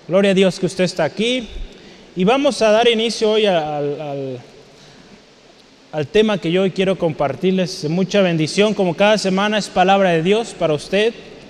Gloria a Dios que usted está aquí. Y vamos a dar inicio hoy al tema que yo hoy quiero compartirles. Mucha bendición, como cada semana es palabra de Dios para usted.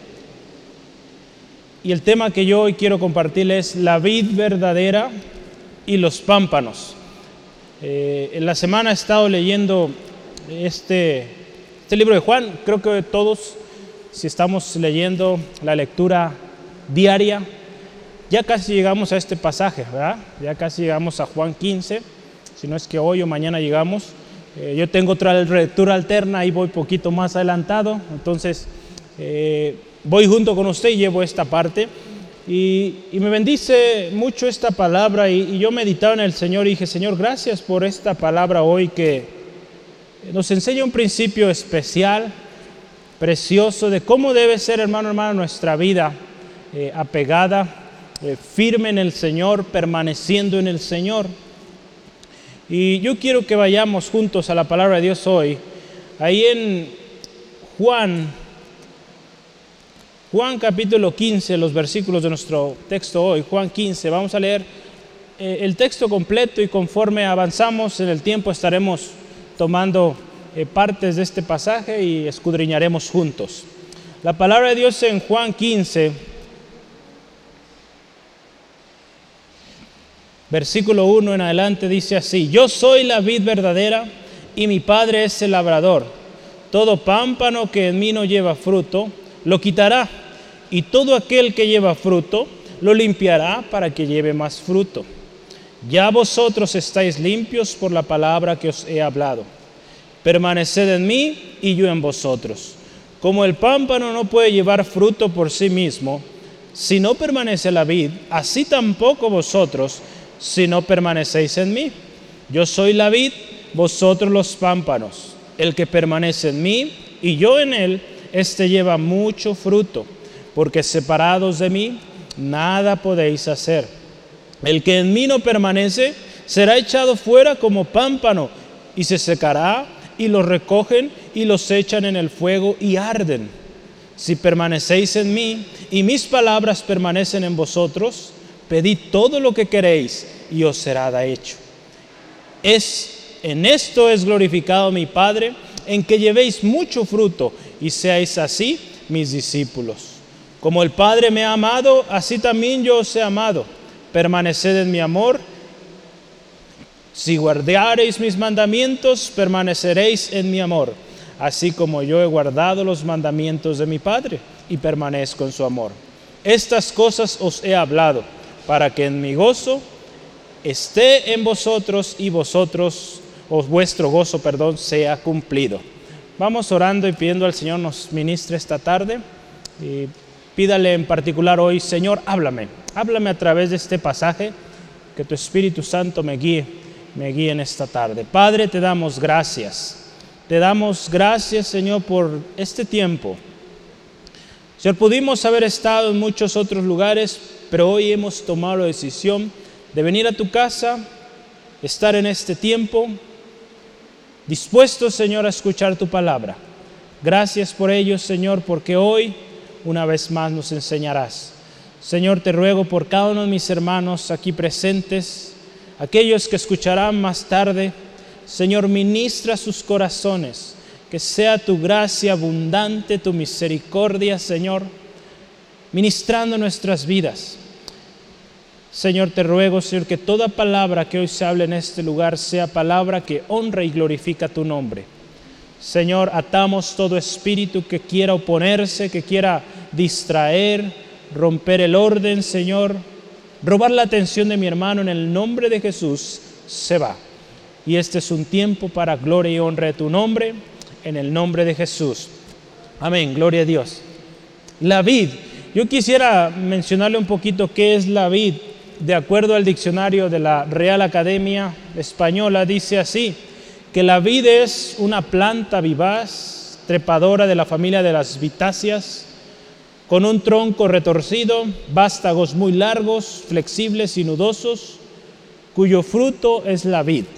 Y el tema que yo hoy quiero compartirles es la vid verdadera y los pámpanos. En la semana he estado leyendo este libro de Juan. Creo que todos, si estamos leyendo la lectura diaria, ya casi llegamos a este pasaje, ¿verdad? Ya casi llegamos a Juan 15, si no es que hoy o mañana llegamos. Yo tengo otra lectura alterna, ahí voy poquito más adelantado, entonces voy junto con usted y llevo esta parte. Y me bendice mucho esta palabra y yo meditaba en el Señor y dije, Señor, gracias por esta palabra hoy que nos enseña un principio especial, precioso, de cómo debe ser, hermano, nuestra vida apegada, firme en el Señor, permaneciendo en el Señor. Y yo quiero que vayamos juntos a la palabra de Dios hoy. Ahí en Juan capítulo 15, los versículos de nuestro texto hoy, Juan 15, vamos a leer el texto completo y conforme avanzamos en el tiempo estaremos tomando partes de este pasaje y escudriñaremos juntos. La palabra de Dios en Juan 15, versículo 1 en adelante dice así: Yo soy la vid verdadera y mi Padre es el labrador. Todo pámpano que en mí no lleva fruto, lo quitará, y todo aquel que lleva fruto, lo limpiará para que lleve más fruto. Ya vosotros estáis limpios por la palabra que os he hablado. Permaneced en mí y yo en vosotros. Como el pámpano no puede llevar fruto por sí mismo, si no permanece la vid, así tampoco vosotros, si no permanecéis en mí. Yo soy la vid, vosotros los pámpanos. El que permanece en mí y yo en él, éste lleva mucho fruto, porque separados de mí, nada podéis hacer. El que en mí no permanece, será echado fuera como pámpano, y se secará, y los recogen, y los echan en el fuego, y arden. Si permanecéis en mí, y mis palabras permanecen en vosotros, pedid todo lo que queréis, y os será hecho. En esto es glorificado mi Padre, en que llevéis mucho fruto, y seáis así mis discípulos. Como el Padre me ha amado, así también yo os he amado. Permaneced en mi amor. Si guardareis mis mandamientos, permaneceréis en mi amor, así como yo he guardado los mandamientos de mi Padre, y permanezco en su amor. Estas cosas os he hablado, para que en mi gozo esté en vosotros y vuestro gozo, sea cumplido. Vamos orando y pidiendo al Señor nos ministre esta tarde. Y pídale en particular hoy, Señor, háblame a través de este pasaje, que tu Espíritu Santo me guíe en esta tarde. Padre, te damos gracias, Señor, por este tiempo. Señor, pudimos haber estado en muchos otros lugares, pero hoy hemos tomado la decisión de venir a tu casa, estar en este tiempo, dispuestos, Señor, a escuchar tu palabra. Gracias por ello, Señor, porque hoy una vez más nos enseñarás. Señor, te ruego por cada uno de mis hermanos aquí presentes, aquellos que escucharán más tarde. Señor, ministra sus corazones, que sea tu gracia abundante, tu misericordia, Señor, ministrando nuestras vidas. Señor, te ruego, Señor, que toda palabra que hoy se hable en este lugar sea palabra que honra y glorifica tu nombre. Señor, atamos todo espíritu que quiera oponerse, que quiera distraer, romper el orden, Señor, robar la atención de mi hermano. En el nombre de Jesús se va. Y este es un tiempo para gloria y honra de tu nombre, en el nombre de Jesús. Amén, gloria a Dios. La vid. Yo quisiera mencionarle un poquito qué es la vid. De acuerdo al diccionario de la Real Academia Española, dice así, que la vid es una planta vivaz, trepadora de la familia de las vitáceas, con un tronco retorcido, vástagos muy largos, flexibles y nudosos, cuyo fruto es la vid.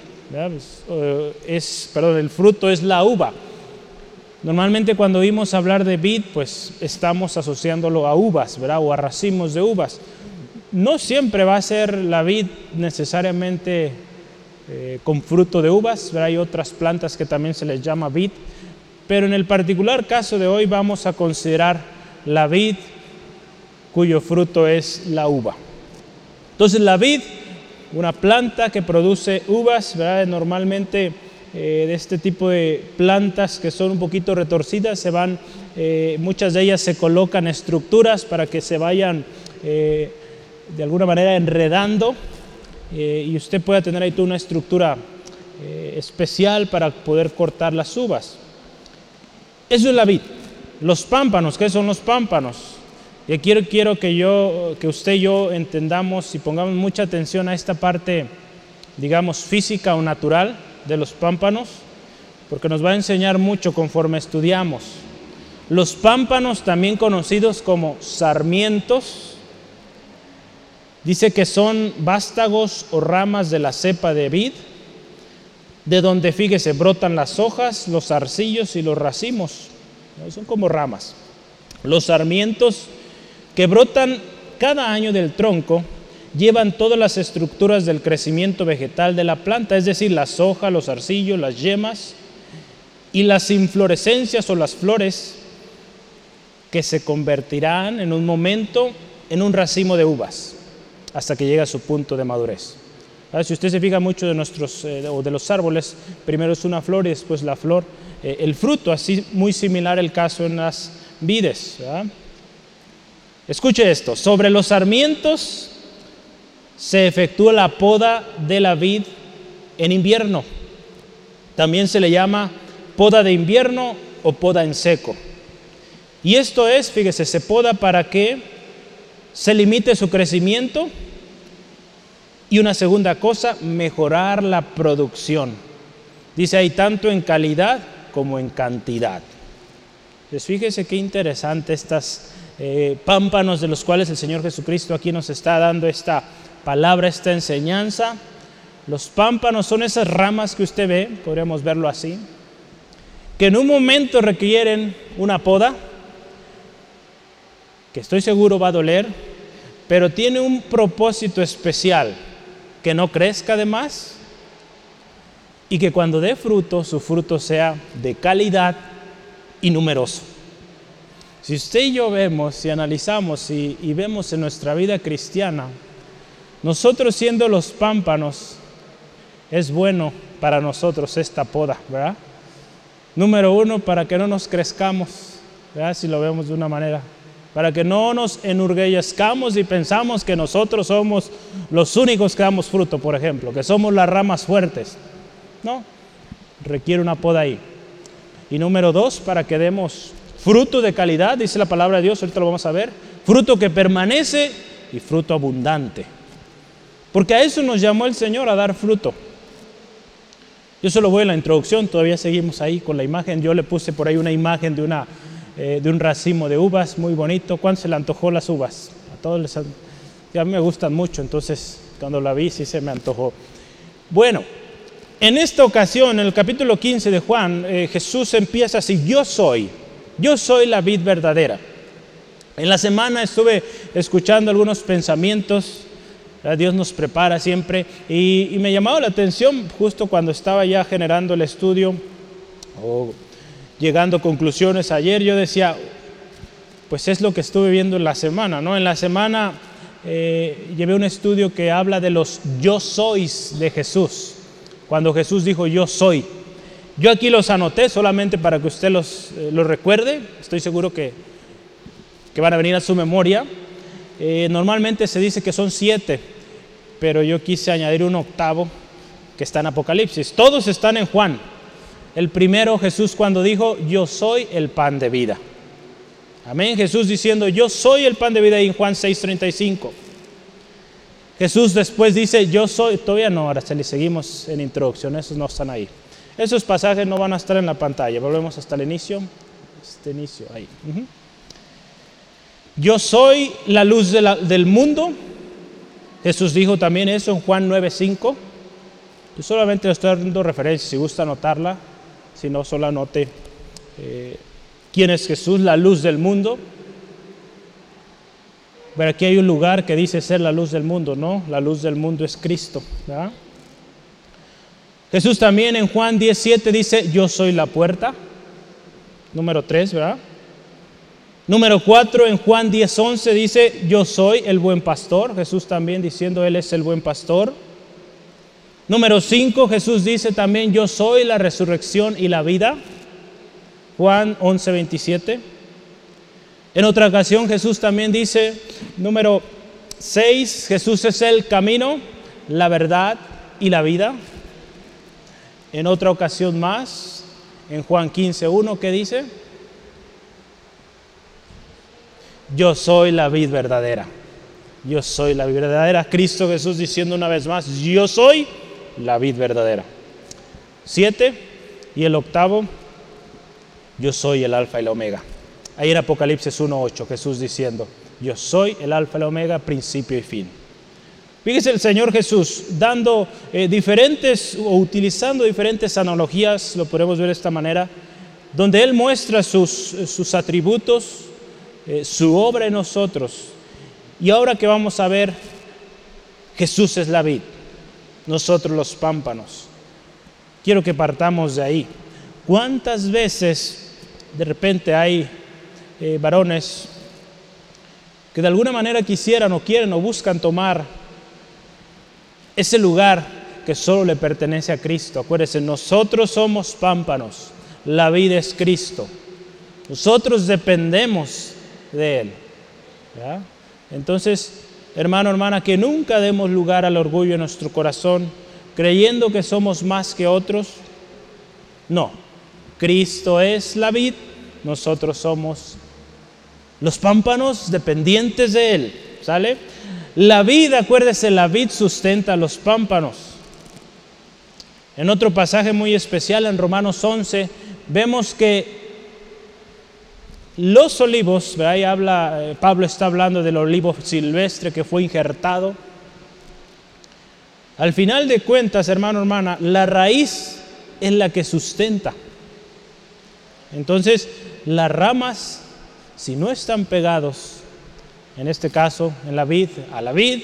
El fruto es la uva. Normalmente cuando oímos hablar de vid, pues estamos asociándolo a uvas, ¿verdad? O a racimos de uvas. no siempre va a ser la vid necesariamente con fruto de uvas, ¿verdad? Hay otras plantas que también se les llama vid, pero en el particular caso de hoy vamos a considerar la vid cuyo fruto es la uva. Entonces la vid, una planta que produce uvas, ¿verdad? Normalmente de este tipo de plantas que son un poquito retorcidas, muchas de ellas se colocan estructuras para que se vayan de alguna manera enredando, y usted pueda tener ahí toda una estructura especial para poder cortar las uvas. Eso es la vid. Los pámpanos, ¿qué son los pámpanos? Y quiero que usted y yo entendamos y pongamos mucha atención a esta parte, digamos, física o natural de los pámpanos, porque nos va a enseñar mucho conforme estudiamos. Los pámpanos, también conocidos como sarmientos, dice que son vástagos o ramas de la cepa de vid, de donde, fíjese, brotan las hojas, los zarcillos y los racimos, ¿no? Son como ramas. Los sarmientos que brotan cada año del tronco llevan todas las estructuras del crecimiento vegetal de la planta, es decir, las hojas, los zarcillos, las yemas y las inflorescencias o las flores, que se convertirán en un momento en un racimo de uvas hasta que llegue a su punto de madurez. Si usted se fija mucho de los árboles, primero es una flor y después la flor, el fruto, así muy similar el caso en las vides, ¿verdad? Escuche esto: sobre los sarmientos se efectúa la poda de la vid en invierno. También se le llama poda de invierno o poda en seco. Y esto es, fíjese, se poda para que se limite su crecimiento, y una segunda cosa, mejorar la producción. Dice ahí, tanto en calidad como en cantidad. Entonces fíjese qué interesante estas pámpanos de los cuales el Señor Jesucristo aquí nos está dando esta palabra, esta enseñanza. Los pámpanos son esas ramas que usted ve, podríamos verlo así, que en un momento requieren una poda, que estoy seguro va a doler, pero tiene un propósito especial: que no crezca de más y que cuando dé fruto, su fruto sea de calidad y numeroso. Si usted y yo vemos y analizamos y vemos en nuestra vida cristiana, nosotros siendo los pámpanos, es bueno para nosotros esta poda, ¿verdad? Número uno, para que no nos crezcamos, ¿verdad? Si lo vemos de una manera, para que no nos enorgullezcamos y pensamos que nosotros somos los únicos que damos fruto, por ejemplo, que somos las ramas fuertes. No, requiere una poda ahí. Y número dos, para que demos fruto de calidad, dice la palabra de Dios, ahorita lo vamos a ver, fruto que permanece y fruto abundante. Porque a eso nos llamó el Señor, a dar fruto. Yo solo voy a la introducción, todavía seguimos ahí con la imagen. Yo le puse por ahí una imagen de un racimo de uvas muy bonito. ¿Cuánto se le antojó las uvas? A todos a mí me gustan mucho, entonces cuando la vi sí se me antojó. Bueno, en esta ocasión, en el capítulo 15 de Juan, Jesús empieza así: yo soy la vid verdadera. En la semana estuve escuchando algunos pensamientos, Dios nos prepara siempre, y me llamaba la atención justo cuando estaba ya generando el estudio o llegando a conclusiones ayer. Yo decía, pues es lo que estuve viendo en la semana, ¿no? En la semana llevé un estudio que habla de los yo sois de Jesús, cuando Jesús dijo yo soy. Yo aquí los anoté solamente para que usted los recuerde. Estoy seguro que van a venir a su memoria. Normalmente se dice que son 7, pero yo quise añadir un octavo que está en Apocalipsis. Todos están en Juan. El primero, Jesús cuando dijo yo soy el pan de vida. Amén. Jesús diciendo yo soy el pan de vida, en Juan 6:35. Jesús después dice yo soy, todavía no, ahora se le seguimos en introducción, esos no están ahí. Esos pasajes no van a estar en la pantalla. Volvemos hasta el inicio. Este inicio ahí. Yo soy la luz del mundo. Jesús dijo también eso en Juan 9:5. Yo solamente le estoy dando referencia, si gusta anotarla. Si no, solo anote quién es Jesús, la luz del mundo. Pero aquí hay un lugar que dice ser la luz del mundo. No, la luz del mundo es Cristo, ¿verdad? Jesús también en Juan 10:7 dice, yo soy la puerta. Número 3, ¿verdad? Número 4, en Juan 10:11 dice, yo soy el buen pastor. Jesús también diciendo, Él es el buen pastor. Número 5, Jesús dice también, yo soy la resurrección y la vida. Juan 11:27. En otra ocasión Jesús también dice, número 6, Jesús es el camino, la verdad y la vida. En otra ocasión más, en Juan 15:1, ¿qué dice? Yo soy la vid verdadera. Yo soy la vid verdadera. Cristo Jesús diciendo una vez más, yo soy la vid verdadera. 7, y el octavo, yo soy el alfa y la omega. Ahí en Apocalipsis 1:8, Jesús diciendo, yo soy el alfa y la omega, principio y fin. Fíjese el Señor Jesús dando diferentes o utilizando diferentes analogías, lo podemos ver de esta manera, donde Él muestra sus atributos, su obra en nosotros. Y ahora que vamos a ver, Jesús es la vid, nosotros los pámpanos. Quiero que partamos de ahí. ¿Cuántas veces de repente hay varones que de alguna manera quisieran o quieren o buscan tomar ese lugar que solo le pertenece a Cristo? Acuérdense, nosotros somos pámpanos, la vid es Cristo. Nosotros dependemos de Él, ¿verdad? Entonces, hermano, hermana, que nunca demos lugar al orgullo en nuestro corazón, creyendo que somos más que otros. No, Cristo es la vid, nosotros somos los pámpanos dependientes de Él, ¿sale? La vid, acuérdese, la vid sustenta a los pámpanos. En otro pasaje muy especial, en Romanos 11, vemos que los olivos, ¿verdad? Ahí Pablo está hablando del olivo silvestre que fue injertado. Al final de cuentas, hermano, hermana, la raíz es la que sustenta. Entonces, las ramas, si no están pegados, en este caso, en la vid, a la vid,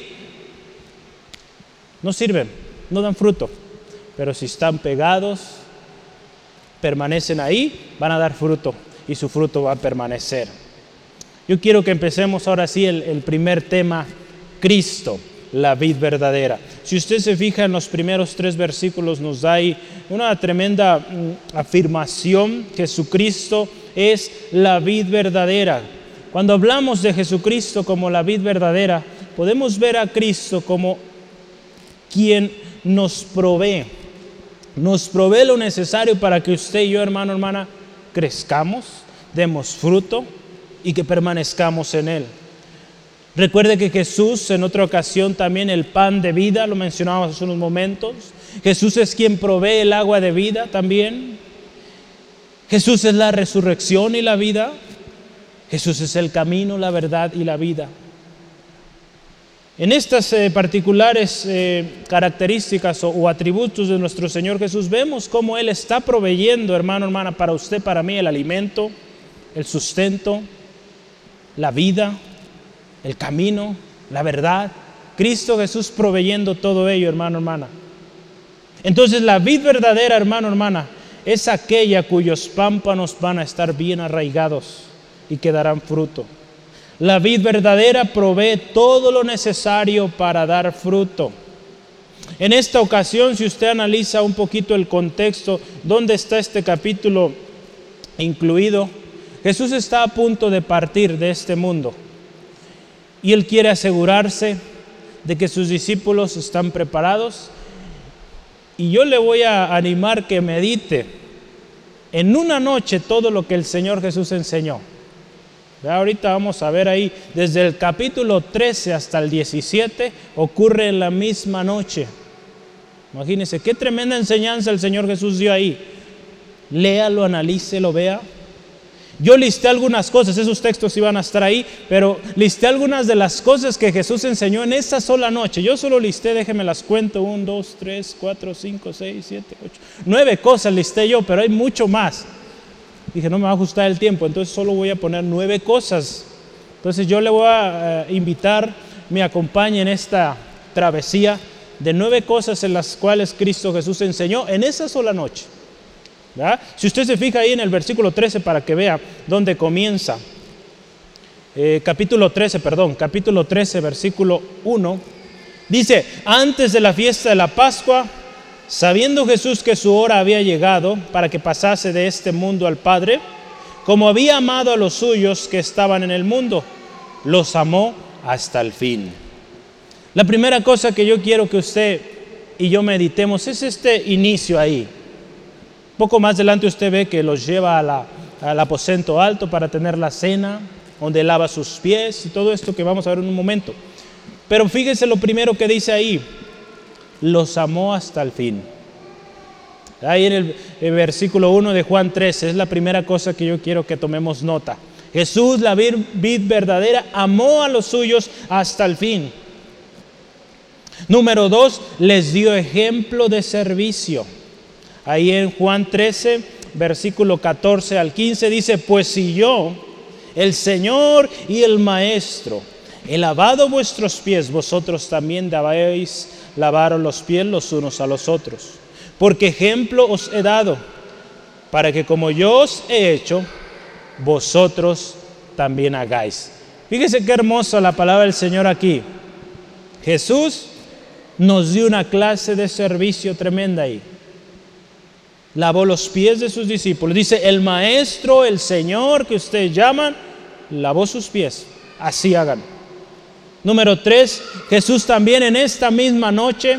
no sirven, no dan fruto. Pero si están pegados, permanecen ahí, van a dar fruto y su fruto va a permanecer. Yo quiero que empecemos ahora sí el primer tema, Cristo, la vid verdadera. Si usted se fija en los primeros 3 versículos, nos da ahí una tremenda afirmación. Jesucristo es la vid verdadera. Cuando hablamos de Jesucristo como la vid verdadera, podemos ver a Cristo como quien nos provee lo necesario para que usted y yo, hermano, hermana, crezcamos, demos fruto y que permanezcamos en Él. Recuerde que Jesús, en otra ocasión también, el pan de vida, lo mencionábamos hace unos momentos. Jesús es quien provee el agua de vida también. Jesús es la resurrección y la vida. Jesús es el camino, la verdad y la vida. En estas particulares características o atributos de nuestro Señor Jesús, vemos cómo Él está proveyendo, hermano, hermana, para usted, para mí, el alimento, el sustento, la vida, el camino, la verdad. Cristo Jesús proveyendo todo ello, hermano, hermana. Entonces, la vid verdadera, hermano, hermana, es aquella cuyos pámpanos van a estar bien arraigados y que darán fruto. La vid verdadera provee todo lo necesario para dar fruto. En esta ocasión, si usted analiza un poquito el contexto, ¿dónde está este capítulo incluido? Jesús está a punto de partir de este mundo y Él quiere asegurarse de que sus discípulos están preparados. Y yo le voy a animar que medite en una noche todo lo que el Señor Jesús enseñó. Ahorita vamos a ver ahí, desde el capítulo 13 hasta el 17, ocurre en la misma noche. Imagínense, qué tremenda enseñanza el Señor Jesús dio ahí. Léalo, analícelo, vea. Yo listé algunas cosas, esos textos iban a estar ahí, pero listé algunas de las cosas que Jesús enseñó en esa sola noche. Yo solo listé, déjenme las cuento, 1, 2, 3, 4, 5, 6, 7, 8, 9 cosas listé yo, pero hay mucho más. Dije, no me va a ajustar el tiempo, entonces solo voy a poner 9 cosas Entonces yo le voy a invitar, me acompañe en esta travesía de 9 cosas en las cuales Cristo Jesús enseñó en esa sola noche. ¿Verdad? Si usted se fija ahí en el versículo 13 para que vea dónde comienza. Capítulo 13, versículo 1. Dice, antes de la fiesta de la Pascua, sabiendo Jesús que su hora había llegado para que pasase de este mundo al Padre, como había amado a los suyos que estaban en el mundo, los amó hasta el fin. La primera cosa que yo quiero que usted y yo meditemos es este inicio ahí. Poco más adelante usted ve que los lleva al aposento alto para tener la cena, donde lava sus pies y todo esto que vamos a ver en un momento. Pero fíjese lo primero que dice ahí, los amó hasta el fin. Ahí en el versículo 1 de Juan 13 es la primera cosa que yo quiero que tomemos nota. Jesús, la vid verdadera, amó a los suyos hasta el fin. Número 2, les dio ejemplo de servicio. Ahí en Juan 13, versículo 14 al 15 dice, pues si yo, el Señor y el Maestro, he lavado vuestros pies, vosotros también debéis lavar los pies los unos a los otros. Porque ejemplo os he dado, para que como yo os he hecho, vosotros también hagáis. Fíjese qué hermosa la palabra del Señor aquí. Jesús nos dio una clase de servicio tremenda ahí. Lavó los pies de sus discípulos. Dice, el Maestro, el Señor que ustedes llaman, lavó sus pies. Así hagan. Número 3, Jesús también en esta misma noche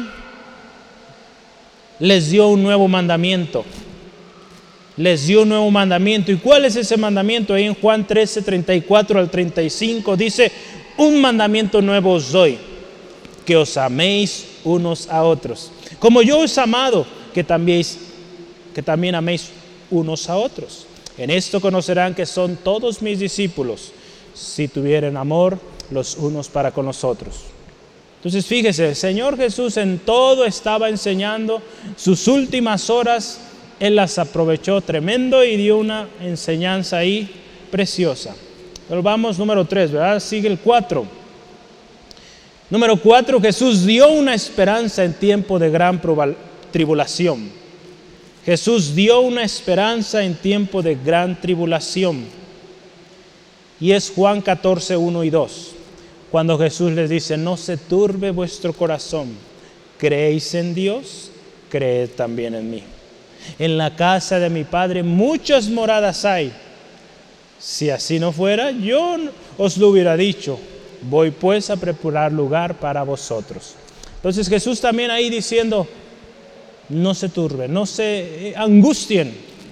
les dio un nuevo mandamiento. Les dio un nuevo mandamiento. ¿Y cuál es ese mandamiento? Ahí en Juan 13, 34 al 35 dice, un mandamiento nuevo os doy, que os améis unos a otros. Como yo os he amado, que también améis unos a otros. En esto conocerán que son todos mis discípulos, si tuvieren amor los unos para con los otros. Entonces fíjese, el Señor Jesús en todo estaba enseñando. Sus últimas horas Él las aprovechó tremendo y dio una enseñanza ahí preciosa. Pero vamos, número 3, ¿verdad? Sigue el 4. Número 4, Jesús dio una esperanza en tiempo de gran tribulación. Jesús dio una esperanza en tiempo de gran tribulación. Y es Juan 14, 1 y 2. Cuando Jesús les dice, no se turbe vuestro corazón. ¿Creéis en Dios? Creed también en mí. En la casa de mi Padre muchas moradas hay. Si así no fuera, yo os lo hubiera dicho. Voy pues a preparar lugar para vosotros. Entonces Jesús también ahí diciendo, no se turben, no se angustien.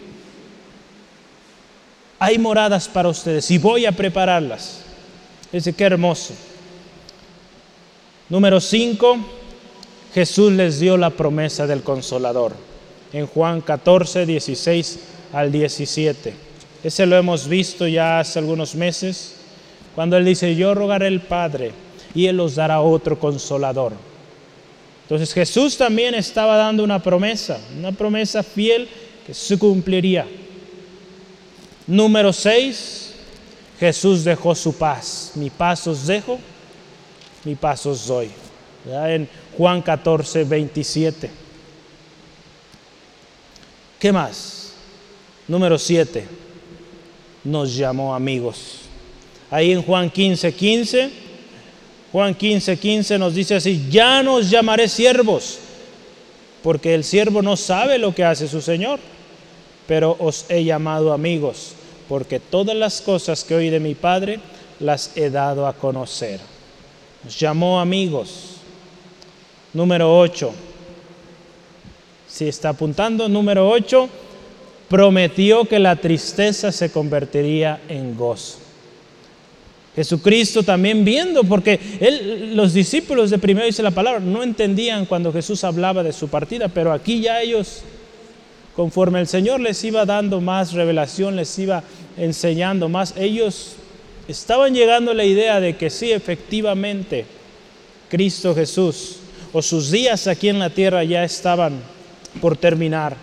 Hay moradas para ustedes y voy a prepararlas. Dice, qué hermoso. Número 5, Jesús les dio la promesa del Consolador. En Juan 14, 16 al 17. Ese lo hemos visto ya hace algunos meses, cuando Él dice, yo rogaré al Padre y Él os dará otro Consolador. Entonces Jesús también estaba dando una promesa fiel que se cumpliría. Número 6, Jesús dejó su paz. Mi paz os dejo, mi paz os doy. ¿Verdad? En Juan 14, 27. ¿Qué más? Número 7, nos llamó amigos. Ahí en Juan 15, 15. Juan 15, 15 nos dice así, ya no os llamaré siervos, porque el siervo no sabe lo que hace su Señor, pero os he llamado amigos, porque todas las cosas que oí de mi Padre las he dado a conocer. Nos llamó amigos. Número 8. Si está apuntando, número 8, prometió que la tristeza se convertiría en gozo. Jesucristo también viendo, porque los discípulos de primero dice la palabra, no entendían cuando Jesús hablaba de su partida, pero aquí ya ellos, conforme el Señor les iba dando más revelación, les iba enseñando más, ellos estaban llegando a la idea de que sí, efectivamente, Cristo Jesús, o sus días aquí en la tierra ya estaban por terminar.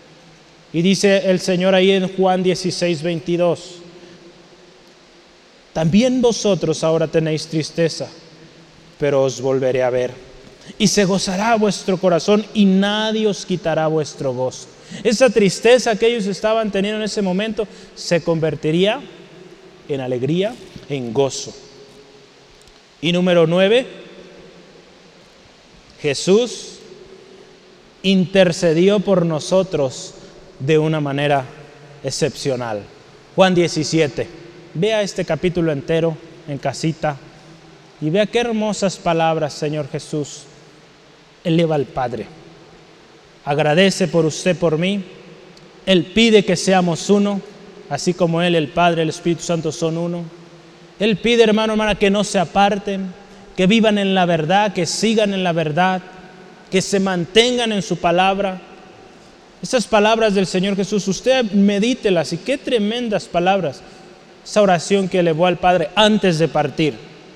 Y dice el Señor ahí en Juan 16, 22, También vosotros ahora tenéis tristeza, pero os volveré a ver. Y se gozará vuestro corazón y nadie os quitará vuestro gozo. Esa tristeza que ellos estaban teniendo en ese momento se convertiría en alegría, en gozo. Y número 9, Jesús intercedió por nosotros de una manera excepcional. Juan 17, vea este capítulo entero en casita y vea qué hermosas palabras, Señor Jesús, eleva al Padre. Agradece por usted, por mí. Él pide que seamos uno, así como Él, el Padre, el Espíritu Santo son uno. Él pide, hermano, hermana, que no se aparten, que vivan en la verdad, que sigan en la verdad, que se mantengan en su palabra. Estas palabras del Señor Jesús, usted medítelas, y qué tremendas palabras. Esa oración que elevó al Padre antes de partir.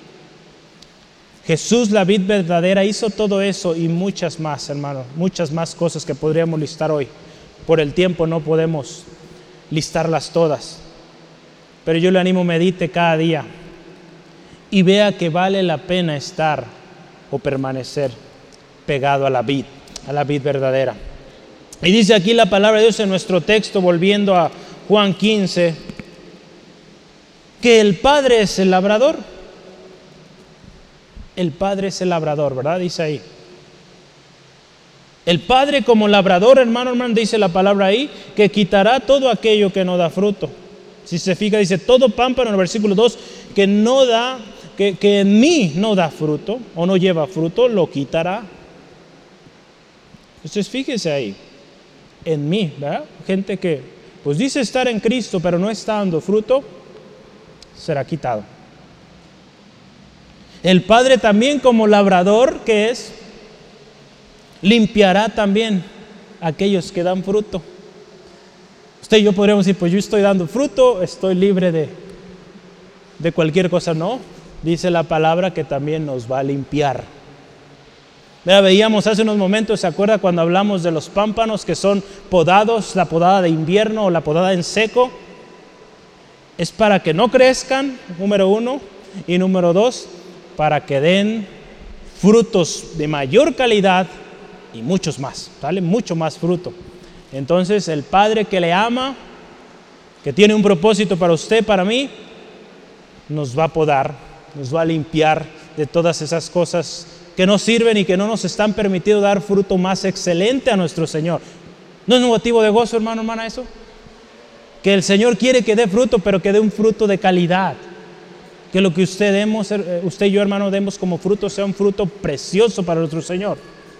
Jesús, la vid verdadera, hizo todo eso y muchas más, hermano, muchas más cosas que podríamos listar hoy. Por el tiempo no podemos listarlas todas. Pero yo le animo, medite cada día y vea que vale la pena estar o permanecer pegado a la vid verdadera. Y dice aquí la palabra de Dios en nuestro texto, volviendo a Juan 15, que el Padre es el labrador. El Padre es el labrador, ¿verdad? Dice ahí. El Padre como labrador, hermano, dice la palabra ahí, que quitará todo aquello que no da fruto. Si se fija, dice, todo pámpano en el versículo 2, que no da, que en mí no da fruto, o no lleva fruto, lo quitará. Entonces fíjese ahí, en mí, ¿verdad? Gente que pues dice estar en Cristo, pero no está dando fruto, será quitado. El Padre también como labrador que es, limpiará también a aquellos que dan fruto. Usted y yo podríamos decir, pues yo estoy dando fruto, estoy libre de cualquier cosa. No, dice la palabra que también nos va a limpiar. Veíamos hace unos momentos, ¿se acuerda cuando hablamos de los pámpanos que son podados, la podada de invierno o la podada en seco? Es para que no crezcan, número 1, y número 2, para que den frutos de mayor calidad y muchos más, ¿vale? Mucho más fruto. Entonces el Padre que le ama, que tiene un propósito para usted, para mí, nos va a podar, nos va a limpiar de todas esas cosas que no sirven y que no nos están permitiendo dar fruto más excelente a nuestro Señor. ¿No es un motivo de gozo, hermano, hermana, eso? Que el Señor quiere que dé fruto, pero que dé un fruto de calidad. Que lo que usted y yo, hermano, demos como fruto sea un fruto precioso para nuestro Señor.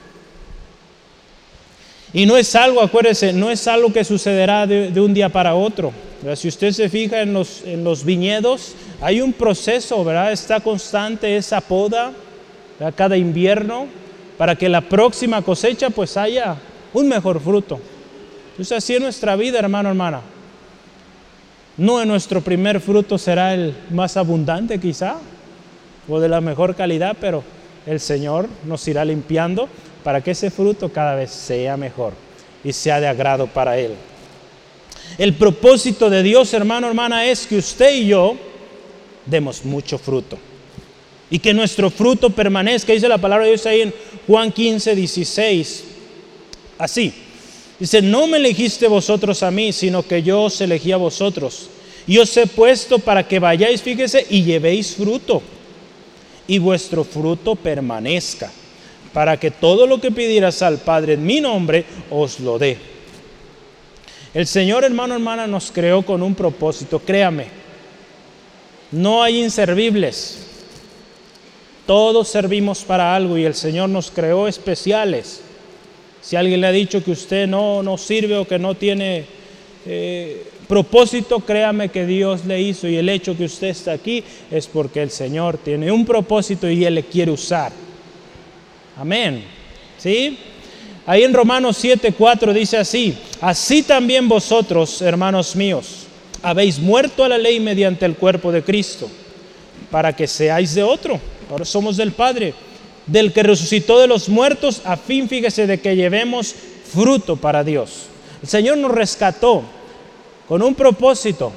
Y no es algo, acuérdese, no es algo que sucederá de un día para otro. ¿Verdad? Si usted se fija en los viñedos, hay un proceso, ¿verdad? Está constante esa poda, ¿verdad? Cada invierno, para que la próxima cosecha pues haya un mejor fruto. Entonces así es nuestra vida, hermano, hermana. No en nuestro primer fruto será el más abundante quizá, o de la mejor calidad, pero el Señor nos irá limpiando para que ese fruto cada vez sea mejor y sea de agrado para Él. El propósito de Dios, hermano, hermana, es que usted y yo demos mucho fruto y que nuestro fruto permanezca. Dice la palabra de Dios ahí en Juan 15, 16, así. Dice, no me elegiste vosotros a mí, sino que yo os elegí a vosotros. Y os he puesto para que vayáis, fíjese, y llevéis fruto. Y vuestro fruto permanezca, para que todo lo que pidieras al Padre en mi nombre, os lo dé. El Señor, hermano, hermana, nos creó con un propósito, créame. No hay inservibles. Todos servimos para algo y el Señor nos creó especiales. Si alguien le ha dicho que usted no sirve o que no tiene propósito, créame que Dios le hizo, y el hecho que usted está aquí es porque el Señor tiene un propósito y Él le quiere usar. Amén. ¿Sí? Ahí en Romanos 7:4 dice así: así también vosotros, hermanos míos, habéis muerto a la ley mediante el cuerpo de Cristo, para que seáis de otro. Ahora somos del Padre, del que resucitó de los muertos, a fin, fíjese, de que llevemos fruto para Dios. El Señor nos rescató con un propósito,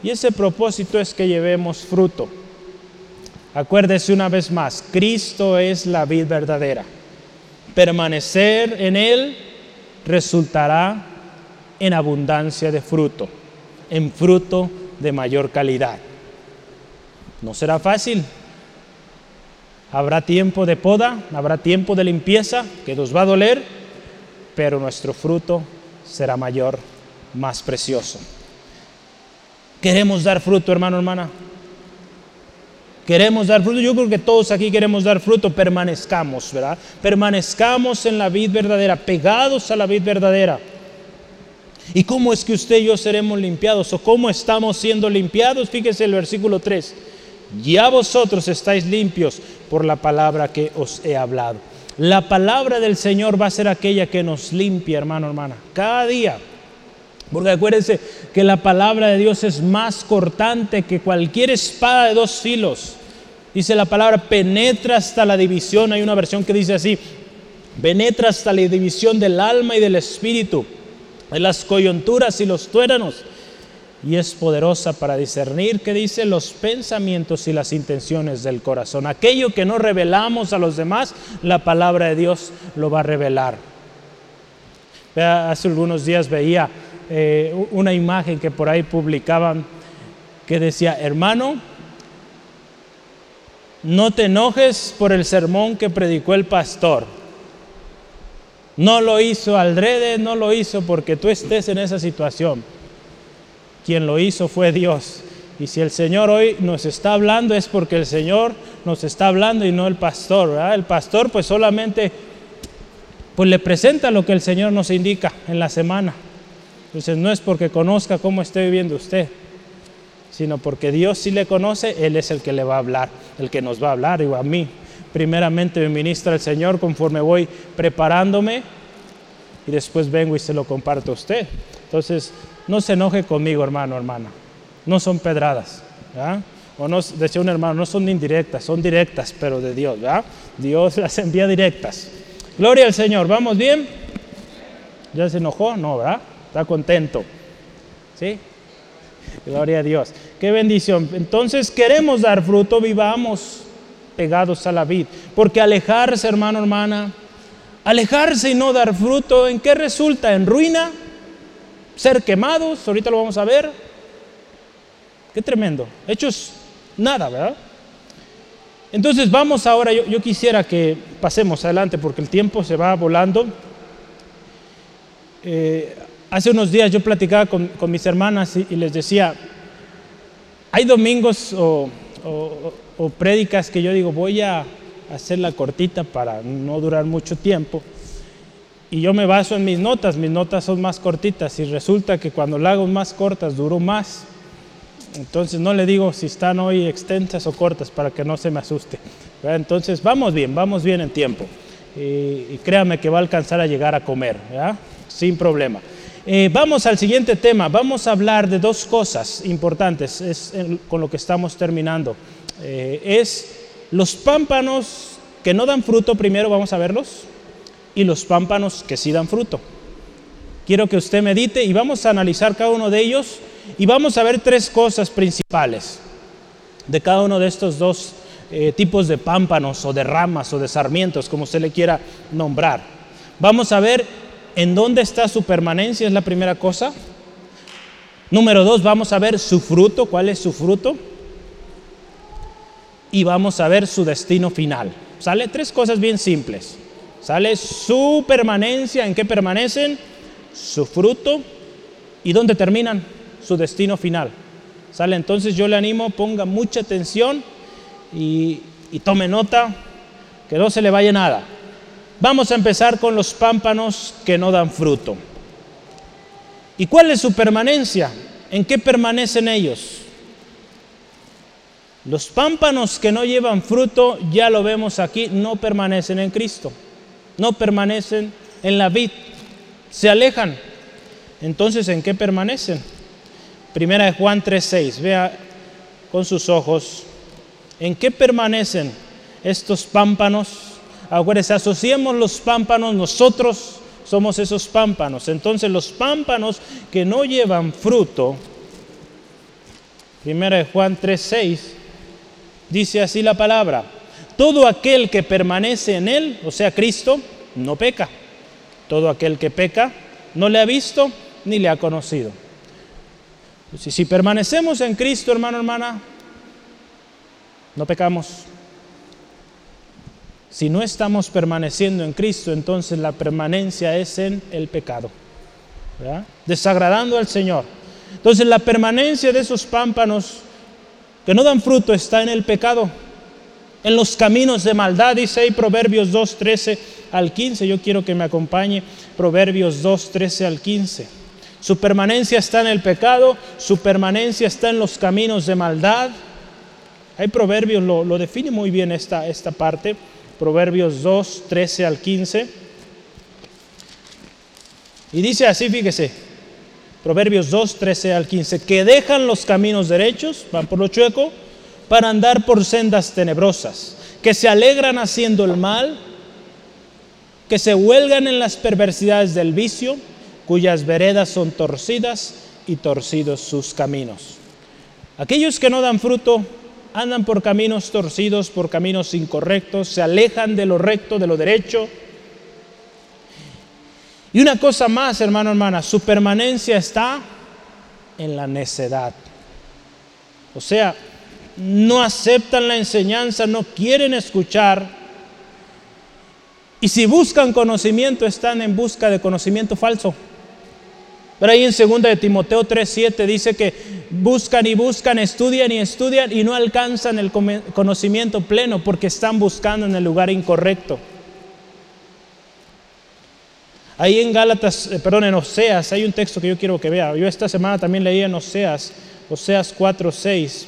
y ese propósito es que llevemos fruto. Acuérdese una vez más, Cristo es la vid verdadera. Permanecer en Él resultará en abundancia de fruto, en fruto de mayor calidad. No será fácil. Habrá tiempo de poda, habrá tiempo de limpieza, que nos va a doler, pero nuestro fruto será mayor, más precioso. Queremos dar fruto, hermano, hermana. Queremos dar fruto. Yo creo que todos aquí queremos dar fruto. Permanezcamos, ¿verdad? Permanezcamos en la vid verdadera, pegados a la vid verdadera. ¿Y cómo es que usted y yo seremos limpiados? ¿O cómo estamos siendo limpiados? Fíjese el versículo 3. Ya vosotros estáis limpios por la palabra que os he hablado. La palabra del Señor va a ser aquella que nos limpia, hermano, hermana, cada día. Porque acuérdense que la palabra de Dios es más cortante que cualquier espada de dos filos. Dice la palabra, penetra hasta la división. Hay una versión que dice así, penetra hasta la división del alma y del espíritu, de las coyunturas y los tuétanos. Y es poderosa para discernir, que dice, los pensamientos y las intenciones del corazón. Aquello que no revelamos a los demás, la palabra de Dios lo va a revelar. Hace algunos días veía una imagen que por ahí publicaban que decía, hermano, no te enojes por el sermón que predicó el pastor. No lo hizo adrede, no lo hizo porque tú estés en esa situación. Quien lo hizo fue Dios. Y si el Señor hoy nos está hablando es porque el Señor nos está hablando y no el pastor, ¿verdad? El pastor pues solamente pues le presenta lo que el Señor nos indica en la semana. Entonces no es porque conozca cómo esté viviendo usted, sino porque Dios sí le conoce, Él es el que le va a hablar, el que nos va a hablar. Y a mí primeramente me ministra el Señor conforme voy preparándome y después vengo y se lo comparto a usted. Entonces no se enoje conmigo, hermano, hermana. No son pedradas, ¿verdad? O no, decía un hermano, no son indirectas, son directas, pero de Dios, ¿verdad? Dios las envía directas. Gloria al Señor, ¿vamos bien? ¿Ya se enojó? No, ¿verdad? Está contento. ¿Sí? Gloria a Dios. Qué bendición. Entonces queremos dar fruto, vivamos pegados a la vid. Porque alejarse, hermano, hermana, alejarse y no dar fruto, ¿en qué resulta? En ruina, ser quemados, ahorita lo vamos a ver. Qué tremendo. Hechos nada, ¿verdad? Entonces vamos ahora, yo quisiera que pasemos adelante porque el tiempo se va volando. Hace unos días yo platicaba con mis hermanas y les decía, hay domingos o prédicas que yo digo, voy a hacerla cortita para no durar mucho tiempo. Y yo me baso en mis notas son más cortitas y resulta que cuando la hago más cortas duro más. Entonces no le digo si están hoy extensas o cortas para que no se me asuste, ¿verdad? Entonces vamos bien en tiempo y créame que va a alcanzar a llegar a comer, ¿verdad? Sin problema. Vamos al siguiente tema. Vamos a hablar de dos cosas importantes, con lo que estamos terminando. Es los pámpanos que no dan fruto, primero vamos a verlos, y los pámpanos que sí dan fruto. Quiero que usted medite y vamos a analizar cada uno de ellos y vamos a ver tres cosas principales de cada uno de estos dos tipos de pámpanos o de ramas o de sarmientos, como usted le quiera nombrar. Vamos a ver en dónde está su permanencia, es la primera cosa. Número 2, vamos a ver su fruto, cuál es su fruto. Y vamos a ver su destino final. ¿Sale? Tres cosas bien simples. ¿Sale? Su permanencia, ¿en qué permanecen? Su fruto. ¿Y dónde terminan? Su destino final. ¿Sale? Entonces yo le animo, ponga mucha atención y tome nota, que no se le vaya nada. Vamos a empezar con los pámpanos que no dan fruto. ¿Y cuál es su permanencia? ¿En qué permanecen ellos? Los pámpanos que no llevan fruto, ya lo vemos aquí, no permanecen en Cristo. No permanecen en la vid. Se alejan. Entonces, ¿en qué permanecen? Primera de Juan 3:6. Vea con sus ojos. ¿En qué permanecen estos pámpanos? Acuérdense, asociemos los pámpanos, nosotros somos esos pámpanos. Entonces los pámpanos que no llevan fruto Primera de Juan 3:6, dice así la palabra: todo aquel que permanece en Él, o sea, Cristo, no peca. Todo aquel que peca no le ha visto ni le ha conocido. Si permanecemos en Cristo, hermano, hermana, no pecamos. Si no estamos permaneciendo en Cristo, entonces la permanencia es en el pecado, ¿verdad? Desagradando al Señor. Entonces la permanencia de esos pámpanos que no dan fruto está en el pecado, en los caminos de maldad. Dice ahí Proverbios 2:13 al 15. Yo quiero que me acompañe Proverbios 2:13 al 15. Su permanencia está en el pecado, su permanencia está en los caminos de maldad. Hay Proverbios, lo define muy bien esta parte. Proverbios 2:13 al 15. Y dice así, fíjese, Proverbios 2:13 al 15, que dejan los caminos derechos, van por lo chueco, para andar por sendas tenebrosas, que se alegran haciendo el mal, que se huelgan en las perversidades del vicio, cuyas veredas son torcidas y torcidos sus caminos. Aquellos que no dan fruto andan por caminos torcidos, por caminos incorrectos, se alejan de lo recto, de lo derecho. Y una cosa más, hermano, hermana, su permanencia está en la necedad. O sea, no aceptan la enseñanza, no quieren escuchar. Y si buscan conocimiento, están en busca de conocimiento falso. Pero ahí en 2 de Timoteo 3:7 dice que buscan y buscan, estudian y no alcanzan el conocimiento pleno porque están buscando en el lugar incorrecto. Ahí en en Oseas, hay un texto que yo quiero que vea. Yo esta semana también leí en Oseas 4:6.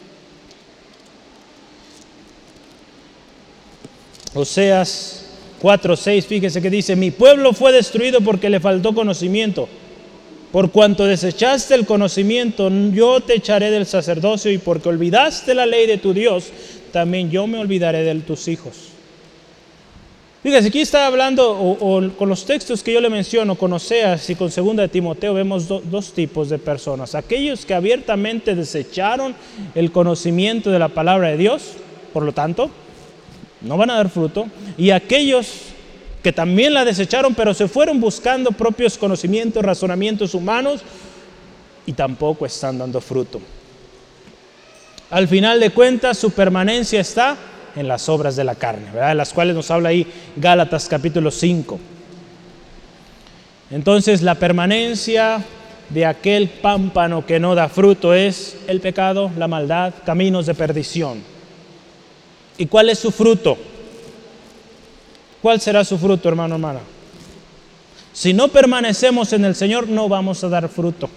Oseas 4:6, fíjese que dice: mi pueblo fue destruido porque le faltó conocimiento. Por cuanto desechaste el conocimiento, yo te echaré del sacerdocio, y porque olvidaste la ley de tu Dios, también yo me olvidaré de tus hijos. Fíjese, aquí está hablando, o con los textos que yo le menciono, con Oseas y con 2 de Timoteo, vemos dos tipos de personas. Aquellos que abiertamente desecharon el conocimiento de la palabra de Dios, por lo tanto, no van a dar fruto. Y aquellos que también la desecharon, pero se fueron buscando propios conocimientos, razonamientos humanos, y tampoco están dando fruto. Al final de cuentas, su permanencia está en las obras de la carne, ¿verdad? De las cuales nos habla ahí Gálatas capítulo 5. Entonces, la permanencia de aquel pámpano que no da fruto es el pecado, la maldad, caminos de perdición. ¿Y cuál es su fruto? ¿Cuál será su fruto, hermano, hermana? Si no permanecemos en el Señor, no vamos a dar fruto.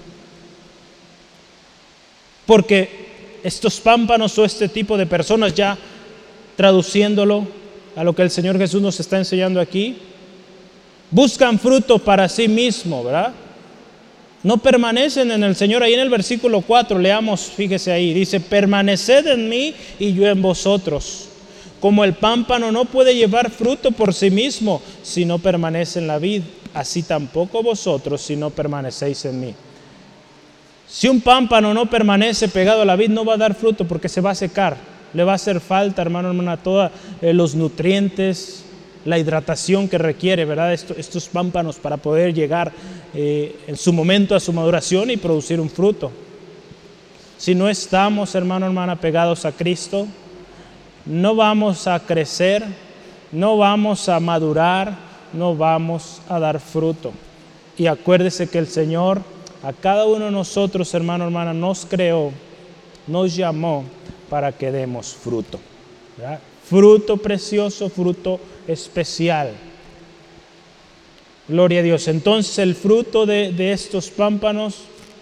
Porque estos pámpanos o este tipo de personas, ya traduciéndolo a lo que el Señor Jesús nos está enseñando aquí, buscan fruto para sí mismo, ¿verdad? No permanecen en el Señor. Ahí en el versículo 4, leamos, fíjese ahí, dice: permaneced en mí y yo en vosotros. Como el pámpano no puede llevar fruto por sí mismo si no permanece en la vid, así tampoco vosotros si no permanecéis en mí. Si un pámpano no permanece pegado a la vid, no va a dar fruto porque se va a secar. Le va a hacer falta, hermano, hermana, todos los nutrientes, la hidratación que requiere, ¿verdad? Estos pámpanos para poder llegar en su momento a su maduración y producir un fruto. Si no estamos, hermano, hermana, pegados a Cristo, no vamos a crecer, no vamos a madurar, no vamos a dar fruto. Y acuérdese que el Señor a cada uno de nosotros, hermano, hermana, nos creó, nos llamó para que demos fruto, ¿verdad? Fruto precioso, fruto especial. Gloria a Dios. Entonces el fruto de estos pámpanos,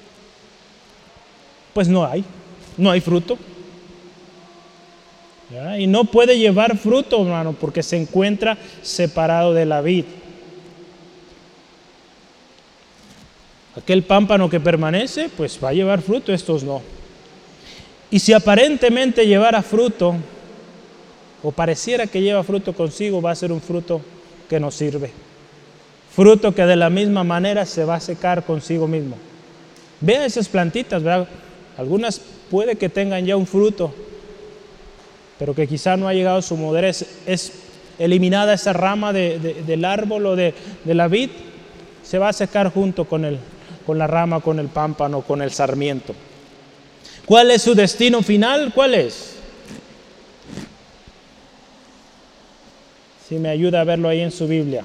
pues no hay fruto. ¿Ya? Y no puede llevar fruto, hermano, porque se encuentra separado de la vid. Aquel pámpano que permanece, pues va a llevar fruto, estos no. Y si aparentemente llevara fruto, o pareciera que lleva fruto consigo, va a ser un fruto que no sirve. Fruto que de la misma manera se va a secar consigo mismo. Vea esas plantitas, ¿verdad? Algunas puede que tengan ya un fruto, pero que quizá no ha llegado a su madurez. Es eliminada esa rama del árbol o de la vid, se va a secar junto con la rama, con el pámpano, con el sarmiento. ¿Cuál es su destino final? ¿Cuál es? Si me ayuda a verlo ahí en su Biblia.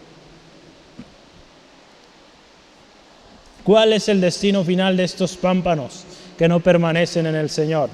¿Cuál es el destino final de estos pámpanos que no permanecen en el Señor?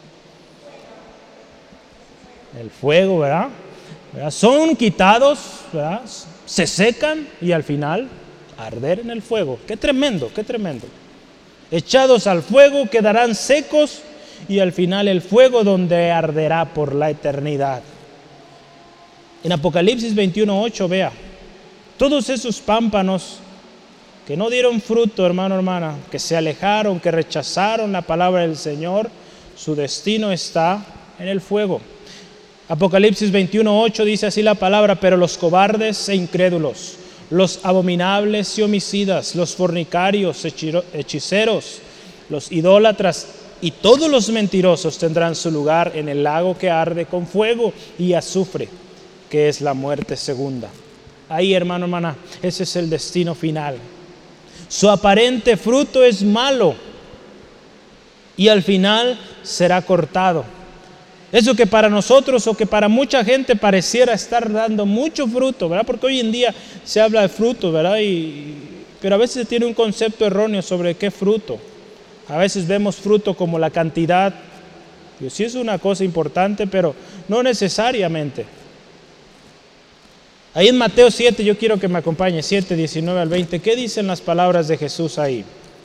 El fuego, ¿verdad? Son quitados, ¿verdad? Se secan y al final arder en el fuego. ¡Qué tremendo, qué tremendo! Echados al fuego quedarán secos y al final el fuego donde arderá por la eternidad. En Apocalipsis 21:8, vea, todos esos pámpanos que no dieron fruto, hermano, hermana, que se alejaron, que rechazaron la palabra del Señor, su destino está en el fuego. Apocalipsis 21:8 dice así la palabra: pero los cobardes e incrédulos, los abominables y homicidas, los fornicarios, hechiceros, los idólatras y todos los mentirosos tendrán su lugar en el lago que arde con fuego y azufre, que es la muerte segunda. Ahí, hermano, hermana, ese es el destino final. Su aparente fruto es malo y al final será cortado. Eso que para nosotros o que para mucha gente pareciera estar dando mucho fruto, ¿verdad? Porque hoy en día se habla de fruto, ¿verdad? Pero a veces se tiene un concepto erróneo sobre qué fruto. A veces vemos fruto como la cantidad. Y sí es una cosa importante, pero no necesariamente. Ahí en Mateo 7, yo quiero que me acompañe, 7, 19 al 20. ¿Qué dicen las palabras de Jesús ahí?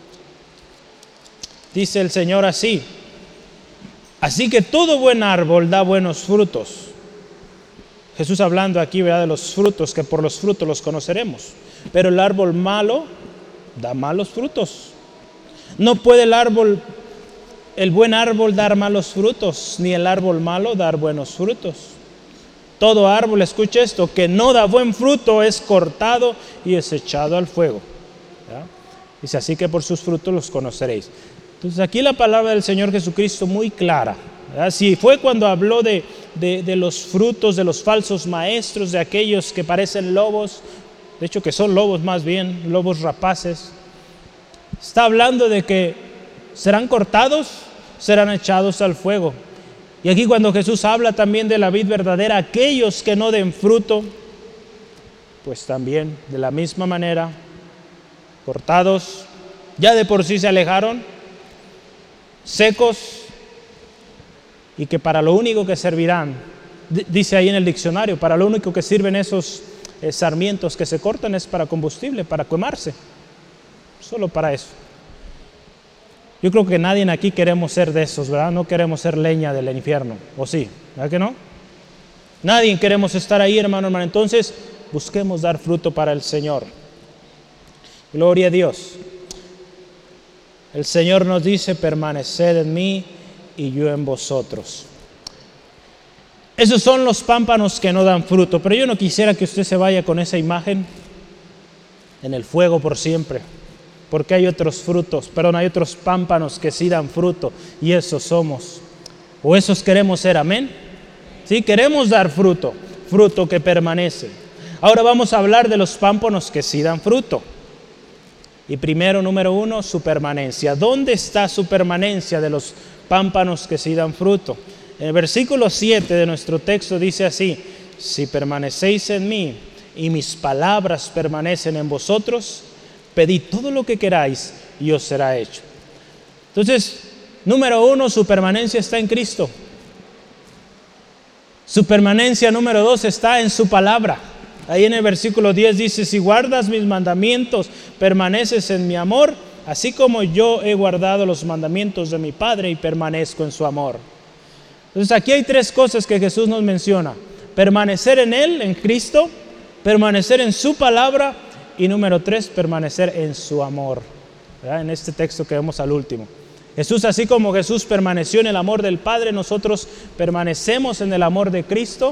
Dice el Señor así: así que todo buen árbol da buenos frutos. Jesús hablando aquí, ¿verdad?, de los frutos, que por los frutos los conoceremos. Pero el árbol malo da malos frutos. No puede el buen árbol dar malos frutos, ni el árbol malo dar buenos frutos. Todo árbol, escuche esto, que no da buen fruto es cortado y es echado al fuego. ¿Ya? Dice, así que por sus frutos los conoceréis. Entonces aquí la palabra del Señor Jesucristo muy clara. ¿Verdad? Si fue cuando habló de los frutos de los falsos maestros, de aquellos que parecen lobos, de hecho que son lobos más bien, lobos rapaces, está hablando de que serán cortados, serán echados al fuego. Y aquí cuando Jesús habla también de la vid verdadera, aquellos que no den fruto, pues también de la misma manera, cortados, ya de por sí se alejaron, secos, y que para lo único que servirán, dice ahí en el diccionario, para lo único que sirven esos sarmientos que se cortan es para combustible, para quemarse, solo para eso. Yo creo que nadie aquí queremos ser de esos, ¿verdad? No queremos ser leña del infierno, ¿o sí? ¿Verdad que no? Nadie queremos estar ahí, hermano, hermano. Entonces, busquemos dar fruto para el Señor. Gloria a Dios. El Señor nos dice, permaneced en mí y yo en vosotros. Esos son los pámpanos que no dan fruto, pero yo no quisiera que usted se vaya con esa imagen en el fuego por siempre. Porque hay otros hay otros pámpanos que sí dan fruto y esos somos. O esos queremos ser, amén. Sí, queremos dar fruto, fruto que permanece. Ahora vamos a hablar de los pámpanos que sí dan fruto. Y primero, número 1, su permanencia. ¿Dónde está su permanencia de los pámpanos que sí dan fruto? En el versículo 7 de nuestro texto dice así: si permanecéis en mí y mis palabras permanecen en vosotros, pedid todo lo que queráis y os será hecho. Entonces, número 1, su permanencia está en Cristo. Su permanencia, número 2, está en su palabra. Ahí en el versículo 10 dice, si guardas mis mandamientos, permaneces en mi amor, así como yo he guardado los mandamientos de mi Padre y permanezco en su amor. Entonces aquí hay 3 cosas que Jesús nos menciona: permanecer en Él, en Cristo, permanecer en su palabra, y número 3, permanecer en su amor. ¿Verdad? En este texto que vemos al último. Jesús, así como Jesús permaneció en el amor del Padre, nosotros permanecemos en el amor de Cristo.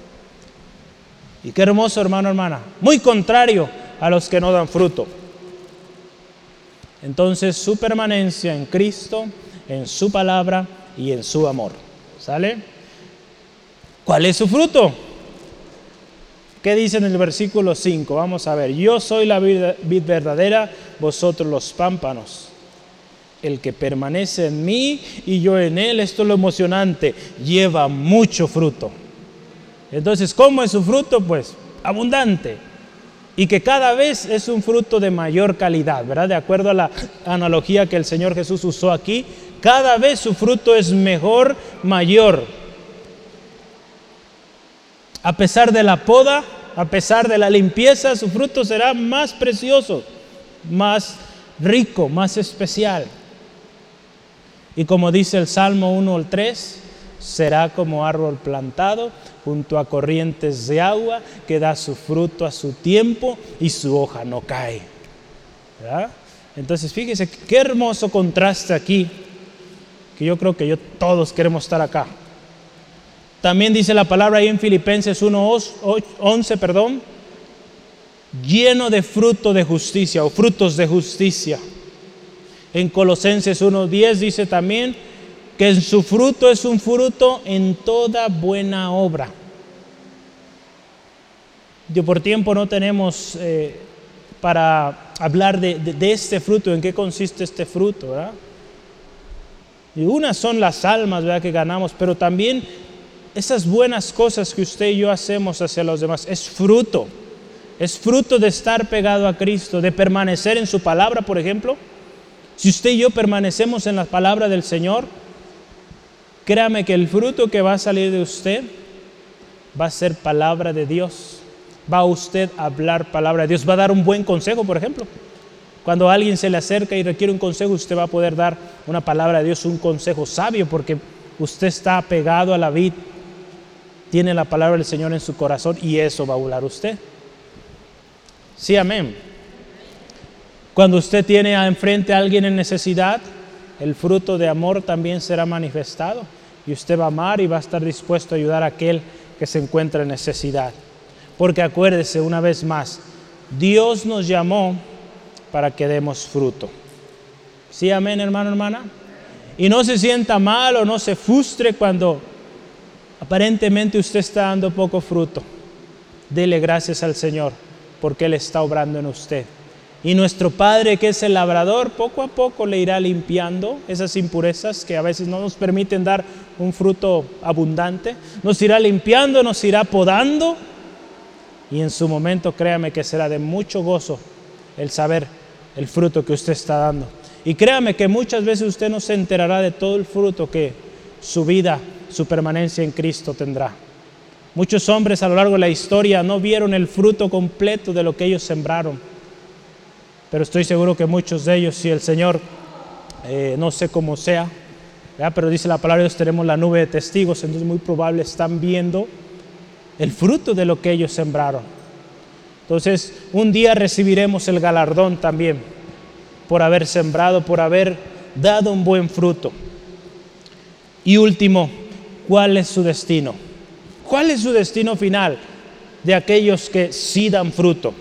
Y qué hermoso, hermano, hermana. Muy contrario a los que no dan fruto. Entonces, su permanencia en Cristo en su palabra y en su amor. ¿Sale? ¿Cuál es su fruto? ¿Qué dice en el versículo 5? Vamos a ver. Yo soy la vid verdadera, vosotros los pámpanos. El que permanece en mí y yo en él, esto es lo emocionante, lleva mucho fruto. Entonces, ¿cómo es su fruto? Pues abundante. Y que cada vez es un fruto de mayor calidad, ¿verdad? De acuerdo a la analogía que el Señor Jesús usó aquí, cada vez su fruto es mejor, mayor. A pesar de la poda, a pesar de la limpieza, su fruto será más precioso, más rico, más especial. Y como dice el Salmo 1:3, será como árbol plantado junto a corrientes de agua que da su fruto a su tiempo y su hoja no cae. ¿Verdad? Entonces fíjese qué hermoso contraste aquí, que yo creo que todos queremos estar acá. También dice la palabra ahí en Filipenses 1:11, lleno de fruto de justicia o frutos de justicia. En Colosenses 1:10 dice también que en su fruto es un fruto en toda buena obra. Yo por tiempo no tenemos para hablar de este fruto, en qué consiste este fruto, ¿verdad? Y unas son las almas, ¿verdad?, que ganamos, pero también esas buenas cosas que usted y yo hacemos hacia los demás, es fruto de estar pegado a Cristo, de permanecer en su palabra, por ejemplo. Si usted y yo permanecemos en la palabra del Señor, créame que el fruto que va a salir de usted va a ser palabra de Dios. Va a usted a hablar palabra de Dios, va a dar un buen consejo, por ejemplo. Cuando alguien se le acerca y requiere un consejo, usted va a poder dar una palabra de Dios, un consejo sabio, porque usted está apegado a la vid, tiene la palabra del Señor en su corazón y eso va a hablar usted. Sí, amén. Cuando usted tiene enfrente a alguien en necesidad, el fruto de amor también será manifestado y usted va a amar y va a estar dispuesto a ayudar a aquel que se encuentra en necesidad. Porque acuérdese una vez más, Dios nos llamó para que demos fruto. ¿Sí, amén, hermano, hermana? Y no se sienta mal o no se frustre cuando aparentemente usted está dando poco fruto. Dele gracias al Señor porque Él está obrando en usted. Y nuestro Padre, que es el labrador, poco a poco le irá limpiando esas impurezas que a veces no nos permiten dar un fruto abundante. Nos irá limpiando, nos irá podando. Y en su momento, créame que será de mucho gozo el saber el fruto que usted está dando. Y créame que muchas veces usted no se enterará de todo el fruto que su vida, su permanencia en Cristo tendrá. Muchos hombres a lo largo de la historia no vieron el fruto completo de lo que ellos sembraron. Pero estoy seguro que muchos de ellos, si el Señor, no sé cómo sea, ¿verdad?, pero dice la palabra de Dios, tenemos la nube de testigos, entonces muy probable están viendo el fruto de lo que ellos sembraron. Entonces, un día recibiremos el galardón también por haber sembrado, por haber dado un buen fruto. Y último, ¿cuál es su destino? ¿Cuál es su destino final de aquellos que sí dan fruto?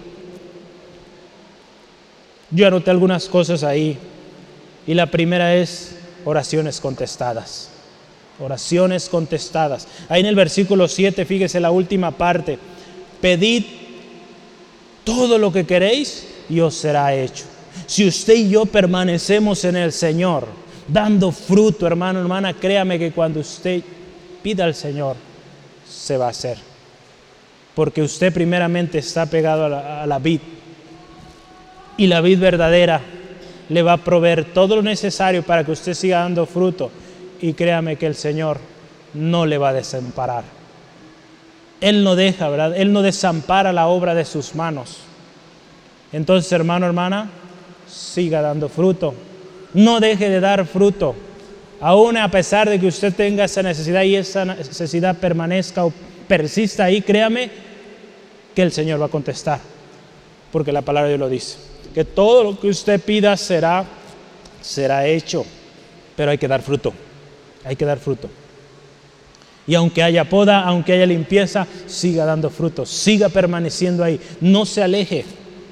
Yo anoté algunas cosas ahí y la primera es oraciones contestadas. Oraciones contestadas. Ahí en el versículo 7, fíjese la última parte. Pedid todo lo que queréis y os será hecho. Si usted y yo permanecemos en el Señor, dando fruto, hermano, hermana, créame que cuando usted pida al Señor, se va a hacer. Porque usted primeramente está pegado a la vid. Y la vid verdadera le va a proveer todo lo necesario para que usted siga dando fruto. Y créame que el Señor no le va a desamparar. Él no deja, ¿verdad? Él no desampara la obra de sus manos. Entonces, hermano, hermana, siga dando fruto. No deje de dar fruto. Aún a pesar de que usted tenga esa necesidad y esa necesidad permanezca o persista ahí, créame que el Señor va a contestar. Porque la palabra de Dios lo dice. Que todo lo que usted pida será hecho, pero hay que dar fruto, hay que dar fruto. Y aunque haya poda, aunque haya limpieza, siga dando fruto, siga permaneciendo ahí, no se aleje,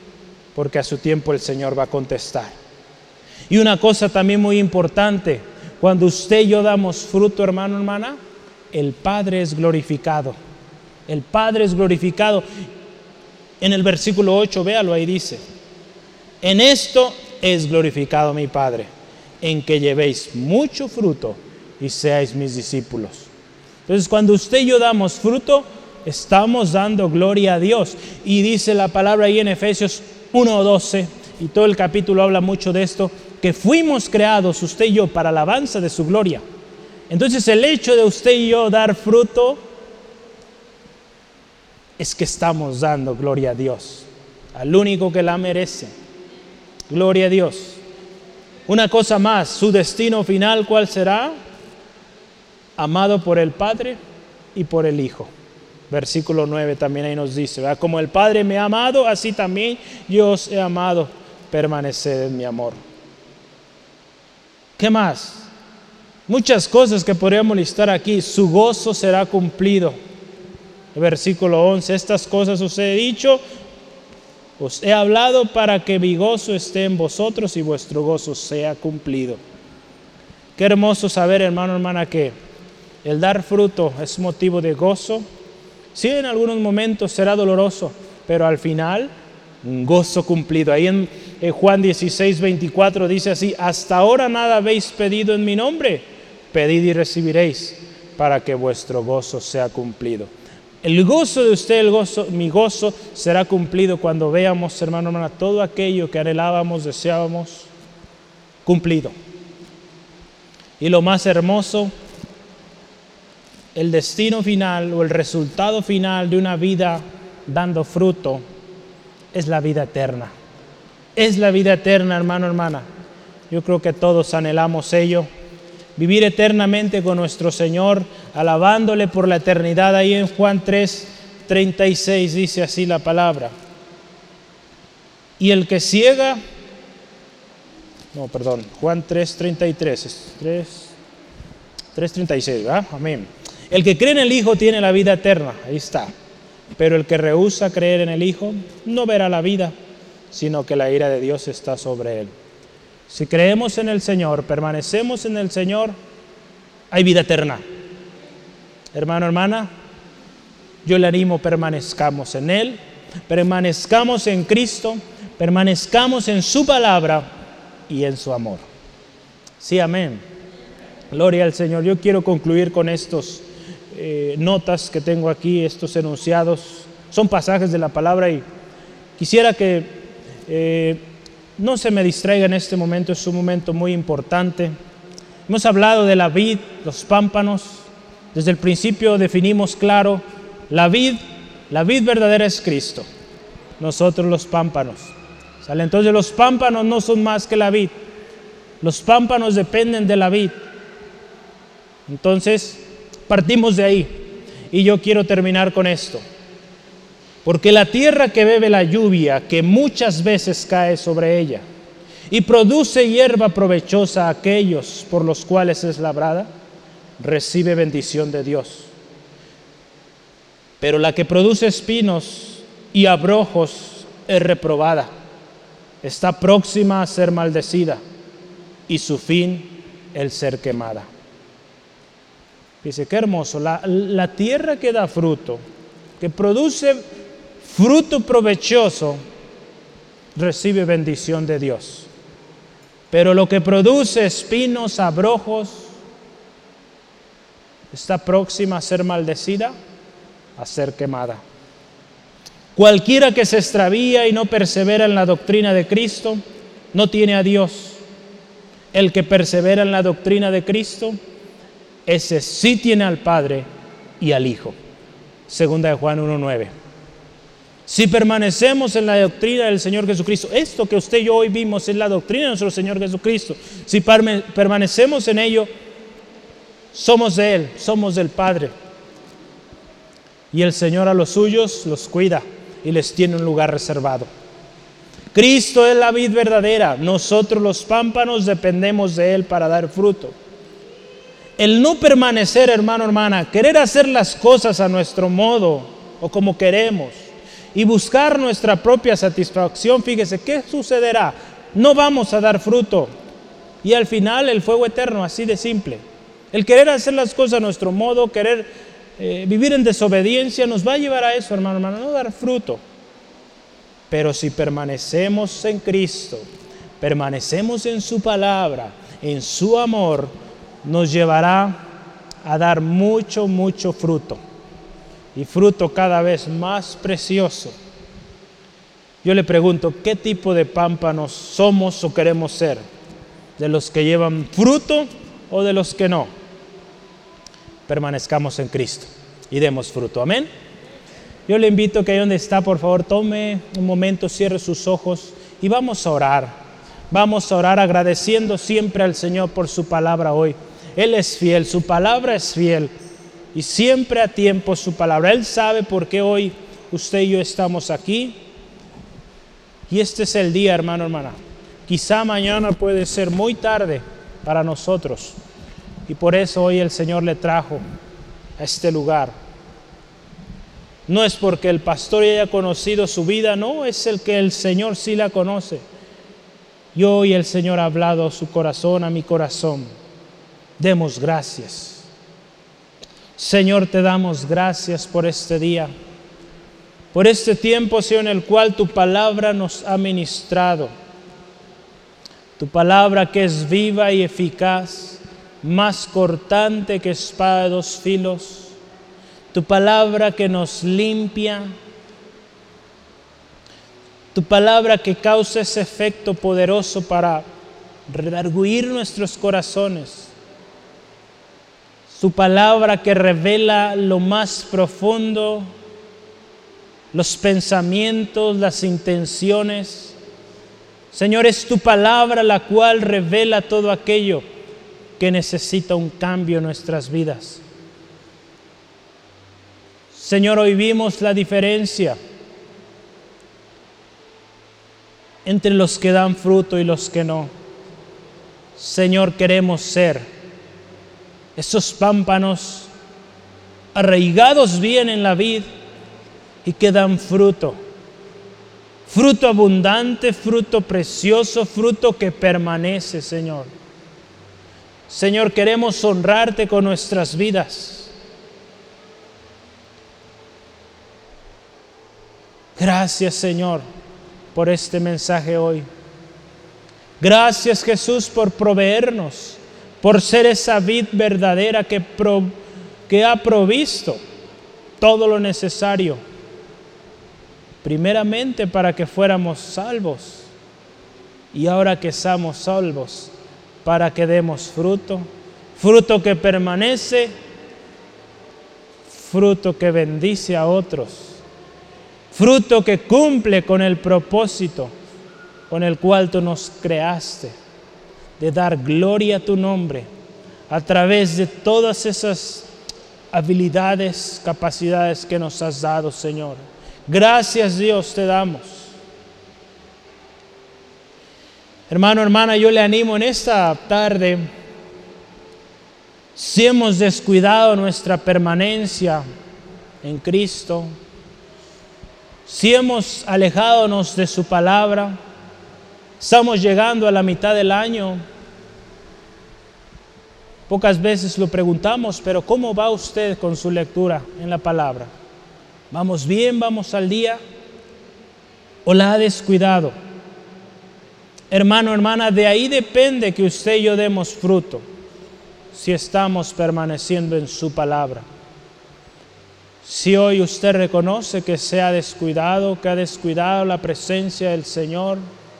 porque a su tiempo el Señor va a contestar. Y una cosa también muy importante, Cuando usted y yo damos fruto, hermano, hermana, el Padre es glorificado. El Padre es glorificado. En el versículo 8, véalo, ahí dice: en esto es glorificado mi Padre, en que llevéis mucho fruto y seáis mis discípulos. Entonces, cuando usted y yo damos fruto, estamos dando gloria a Dios. Y dice la palabra ahí en Efesios 1:12, y todo el capítulo habla mucho de esto, que fuimos creados, usted y yo, para alabanza de su gloria. Entonces, el hecho de usted y yo dar fruto es que estamos dando gloria a Dios, al único que la merece. Gloria a Dios. Una cosa más, su destino final, ¿cuál será? Amado por el Padre y por el Hijo. Versículo 9 también ahí nos dice, ¿verdad? Como el Padre me ha amado, así también yo os he amado, permaneced en mi amor. ¿Qué más? Muchas cosas que podríamos listar aquí. Su gozo será cumplido. Versículo 11, estas cosas os he dicho, os he hablado para que mi gozo esté en vosotros y vuestro gozo sea cumplido. Qué hermoso saber, hermano, hermana, que el dar fruto es motivo de gozo. Sí, en algunos momentos será doloroso, pero al final, un gozo cumplido. Ahí en Juan 16:24 dice así: hasta ahora nada habéis pedido en mi nombre, pedid y recibiréis, para que vuestro gozo sea cumplido. El gozo de usted, mi gozo será cumplido cuando veamos, hermano, hermana, todo aquello que anhelábamos, deseábamos, cumplido. Y lo más hermoso, el destino final o el resultado final de una vida dando fruto es la vida eterna. Es la vida eterna, hermano, hermana. Yo creo que todos anhelamos ello. Vivir eternamente con nuestro Señor, alabándole por la eternidad. Ahí en Juan 3:36 dice así la palabra: y el que ciega, Juan 3:33, 3:36, ¿verdad? Amén. El que cree en el Hijo tiene la vida eterna, ahí está. Pero el que rehúsa creer en el Hijo no verá la vida, sino que la ira de Dios está sobre él. Si creemos en el Señor, permanecemos en el Señor, hay vida eterna. Hermano, hermana, yo le animo, permanezcamos en Él, permanezcamos en Cristo, permanezcamos en su palabra y en su amor. Sí, amén. Gloria al Señor. Yo quiero concluir con estos notas que tengo aquí, estos enunciados. Son pasajes de la palabra y quisiera que no se me distraiga en este momento. Es un momento muy importante. Hemos hablado de la vid, los pámpanos. Desde el principio definimos claro, la vid verdadera es Cristo, nosotros los pámpanos. ¿Sale? Entonces los pámpanos no son más que la vid. Los pámpanos dependen de la vid. Entonces partimos de ahí. Y yo quiero terminar con esto. Porque la tierra que bebe la lluvia, que muchas veces cae sobre ella, y produce hierba provechosa a aquellos por los cuales es labrada, recibe bendición de Dios. Pero la que produce espinos y abrojos es reprobada, está próxima a ser maldecida, y su fin el ser quemada. Dice, qué hermoso, la tierra que da fruto, que produce fruto provechoso, recibe bendición de Dios. Pero lo que produce espinos, abrojos, está próxima a ser maldecida, a ser quemada. Cualquiera que se extravía y no persevera en la doctrina de Cristo, no tiene a Dios. El que persevera en la doctrina de Cristo, ese sí tiene al Padre y al Hijo. Segunda de Juan 1:9. Si permanecemos en la doctrina del Señor Jesucristo, esto que usted y yo hoy vimos es la doctrina de nuestro Señor Jesucristo. Si permanecemos en ello, somos de Él, somos del Padre. Y el Señor a los suyos los cuida y les tiene un lugar reservado. Cristo es la vid verdadera, nosotros los pámpanos dependemos de Él para dar fruto. El no permanecer, hermano, hermana, querer hacer las cosas a nuestro modo o como queremos y buscar nuestra propia satisfacción, fíjese, ¿qué sucederá? No vamos a dar fruto. y al final el fuego eterno, así de simple. El querer hacer las cosas a nuestro modo, querer vivir en desobediencia, nos va a llevar a eso, hermano, no dar fruto. Pero si permanecemos en Cristo, permanecemos en su palabra, en su amor, nos llevará a dar mucho, mucho fruto. Y fruto cada vez más precioso. Yo le pregunto, ¿qué tipo de pámpanos somos o queremos ser? ¿De los que llevan fruto o de los que no? Permanezcamos en Cristo y demos fruto. Amén. Yo le invito que ahí donde está, por favor, tome un momento, cierre sus ojos y vamos a orar. Vamos a orar agradeciendo siempre al Señor por su palabra hoy. Él es fiel, su palabra es fiel y siempre a tiempo su palabra. Él sabe por qué hoy usted y yo estamos aquí. Y este es el día, hermano, hermana. Quizá mañana puede ser muy tarde para nosotros. Y por eso hoy el Señor le trajo a este lugar. No es porque el pastor haya conocido su vida, no, es el que el Señor sí la conoce. Y hoy el Señor ha hablado a su corazón, a mi corazón. Demos gracias. Señor, te damos gracias por este día. Por este tiempo, Señor, en el cual tu palabra nos ha ministrado. Tu palabra que es viva y eficaz, más cortante que espada de dos filos. Tu palabra que nos limpia. Tu palabra que causa ese efecto poderoso para redarguir nuestros corazones. Tu palabra que revela lo más profundo, los pensamientos, las intenciones. Señor, es tu palabra la cual revela todo aquello que necesita un cambio en nuestras vidas. Señor, hoy vimos la diferencia entre los que dan fruto y los que no. Señor, queremos ser esos pámpanos arraigados bien en la vid y que dan fruto. Fruto abundante, fruto precioso, fruto que permanece, Señor. Señor, queremos honrarte con nuestras vidas. Gracias, Señor, por este mensaje hoy. Gracias, Jesús, por proveernos, por ser esa vid verdadera que ha provisto todo lo necesario, primeramente para que fuéramos salvos, y ahora que somos salvos, para que demos fruto, fruto que permanece, fruto que bendice a otros, fruto que cumple con el propósito con el cual tú nos creaste, de dar gloria a tu nombre a través de todas esas habilidades, capacidades que nos has dado, Señor. Gracias, Dios, te damos. Hermano, hermana, yo le animo en esta tarde, si hemos descuidado nuestra permanencia en Cristo, si hemos alejado de su palabra, estamos llegando a la mitad del año. Pocas veces lo preguntamos, pero ¿cómo va usted con su lectura en la palabra? ¿Vamos bien? ¿Vamos al día? ¿O la ha descuidado? Hermano, hermana, de ahí depende que usted y yo demos fruto, si estamos permaneciendo en su palabra. Si hoy usted reconoce que se ha descuidado, que ha descuidado la presencia del Señor,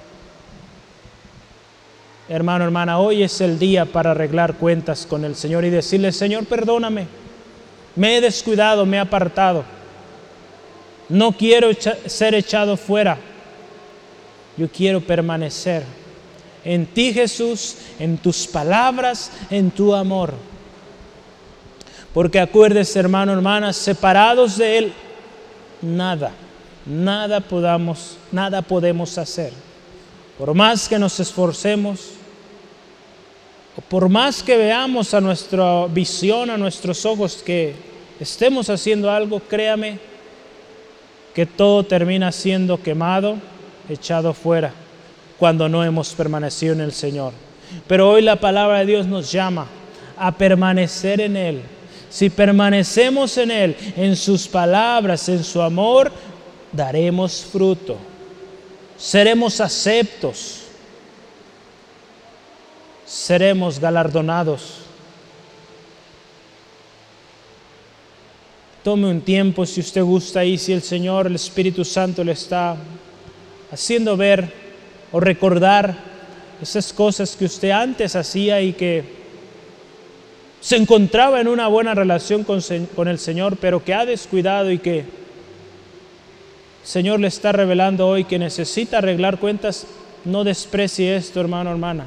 hermano, hermana, hoy es el día para arreglar cuentas con el Señor y decirle: Señor, perdóname, me he descuidado, me he apartado, no quiero ser echado fuera, yo quiero permanecer en ti, Jesús, en tus palabras, en tu amor. Porque acuérdese, hermano, hermana, separados de Él, nada podemos hacer. Por más que nos esforcemos, o por más que veamos a nuestra visión, a nuestros ojos, que estemos haciendo algo, créame que todo termina siendo quemado, echado fuera, cuando no hemos permanecido en el Señor. Pero hoy la palabra de Dios nos llama a permanecer en Él. Si permanecemos en Él, en sus palabras, en su amor, daremos fruto. Seremos aceptos. Seremos galardonados. Tome un tiempo, si usted gusta, y si el Señor, el Espíritu Santo, le está haciendo ver o recordar esas cosas que usted antes hacía y que se encontraba en una buena relación con el Señor, pero que ha descuidado y que el Señor le está revelando hoy que necesita arreglar cuentas. No desprecie esto, hermano, hermana.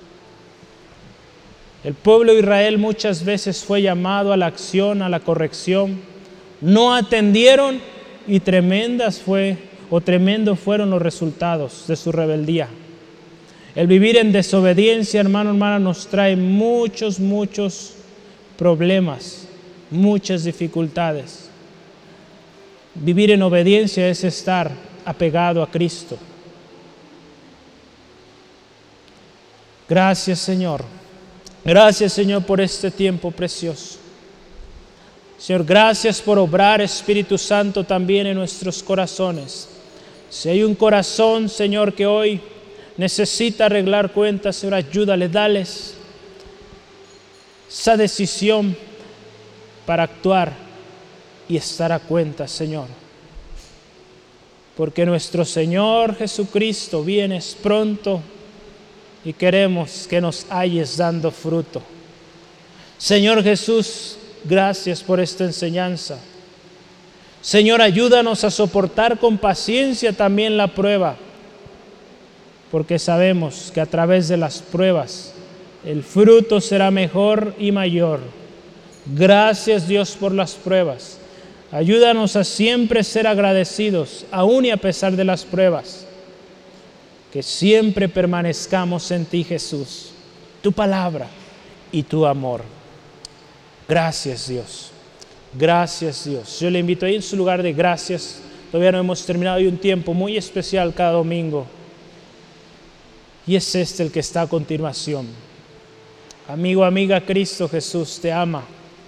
El pueblo de Israel muchas veces fue llamado a la acción, a la corrección. No atendieron y tremendos fueron los resultados de su rebeldía. El vivir en desobediencia, hermano, hermana, nos trae muchos problemas, muchas dificultades. Vivir en obediencia es estar apegado a Cristo. Gracias, Señor. Gracias, Señor, por este tiempo precioso. Señor, gracias por obrar, Espíritu Santo, también en nuestros corazones. Si hay un corazón, Señor, que hoy necesita arreglar cuentas, Señor, ayúdale, dales esa decisión para actuar y estar a cuenta, Señor. Porque nuestro Señor Jesucristo vienes pronto y queremos que nos halles dando fruto. Señor Jesús, gracias por esta enseñanza. Señor, ayúdanos a soportar con paciencia también la prueba, porque sabemos que a través de las pruebas el fruto será mejor y mayor. Gracias, Dios, por las pruebas. Ayúdanos a siempre ser agradecidos, aún y a pesar de las pruebas. Que siempre permanezcamos en ti, Jesús, tu palabra y tu amor. Gracias, Dios. Gracias, Dios. Yo le invito ahí en su lugar de gracias. Todavía no hemos terminado. Hay un tiempo muy especial cada domingo. Y es este el que está a continuación. Amigo, amiga, Cristo Jesús te ama.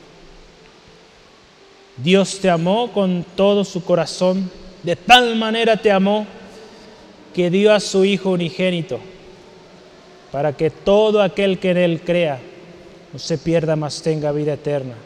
Dios te amó con todo su corazón. De tal manera te amó que dio a su Hijo unigénito, para que todo aquel que en Él crea no se pierda, mas tenga vida eterna.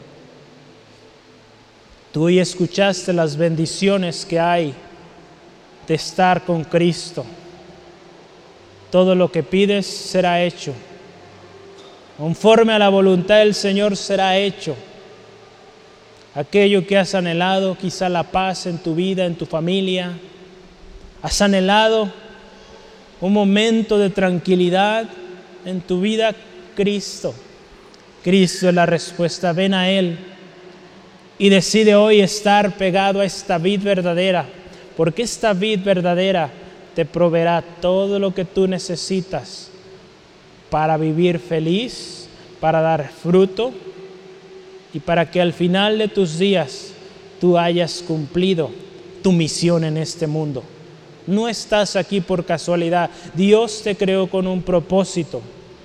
Tú hoy escuchaste las bendiciones que hay de estar con Cristo. Todo lo que pides será hecho. Conforme a la voluntad del Señor será hecho. Aquello que has anhelado, quizá la paz en tu vida, en tu familia. Has anhelado un momento de tranquilidad en tu vida. Cristo es la respuesta. Ven a Él y decide hoy estar pegado a esta vid verdadera, porque esta vid verdadera te proveerá todo lo que tú necesitas para vivir feliz, para dar fruto y para que al final de tus días tú hayas cumplido tu misión en este mundo. No estás aquí por casualidad. Dios te creó con un propósito.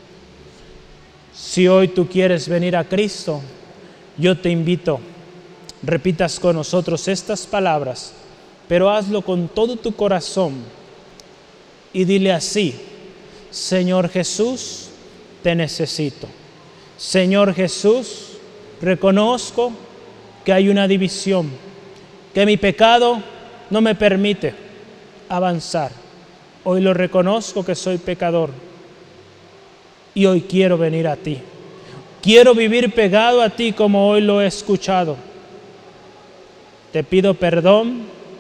Si hoy tú quieres venir a Cristo, yo te invito, repitas con nosotros estas palabras, pero hazlo con todo tu corazón y dile así: Señor Jesús, te necesito. Señor Jesús, reconozco que hay una división, que mi pecado no me permite avanzar. Hoy lo reconozco que soy pecador y hoy quiero venir a ti. Quiero vivir pegado a ti como hoy lo he escuchado. Te pido perdón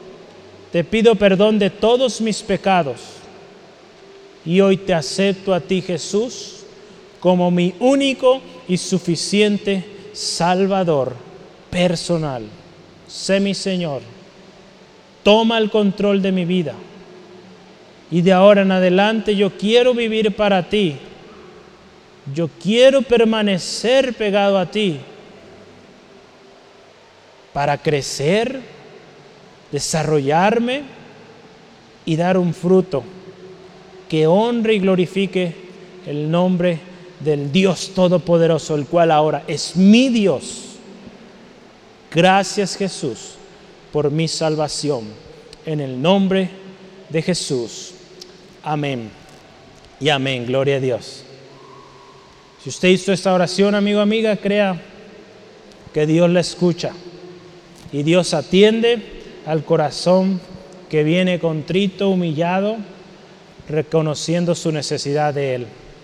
de todos mis pecados y hoy te acepto a ti, Jesús, como mi único y suficiente Salvador personal. Sé mi Señor. Toma el control de mi vida. Y de ahora en adelante yo quiero vivir para ti. Yo quiero permanecer pegado a ti para crecer, desarrollarme y dar un fruto que honre y glorifique el nombre del Dios Todopoderoso, el cual ahora es mi Dios. Gracias, Jesús, por mi salvación. En el nombre de Jesús. Amén y amén. Gloria a Dios. Si usted hizo esta oración, amigo, amiga, crea que Dios la escucha. Y Dios atiende al corazón que viene contrito, humillado, reconociendo su necesidad de Él.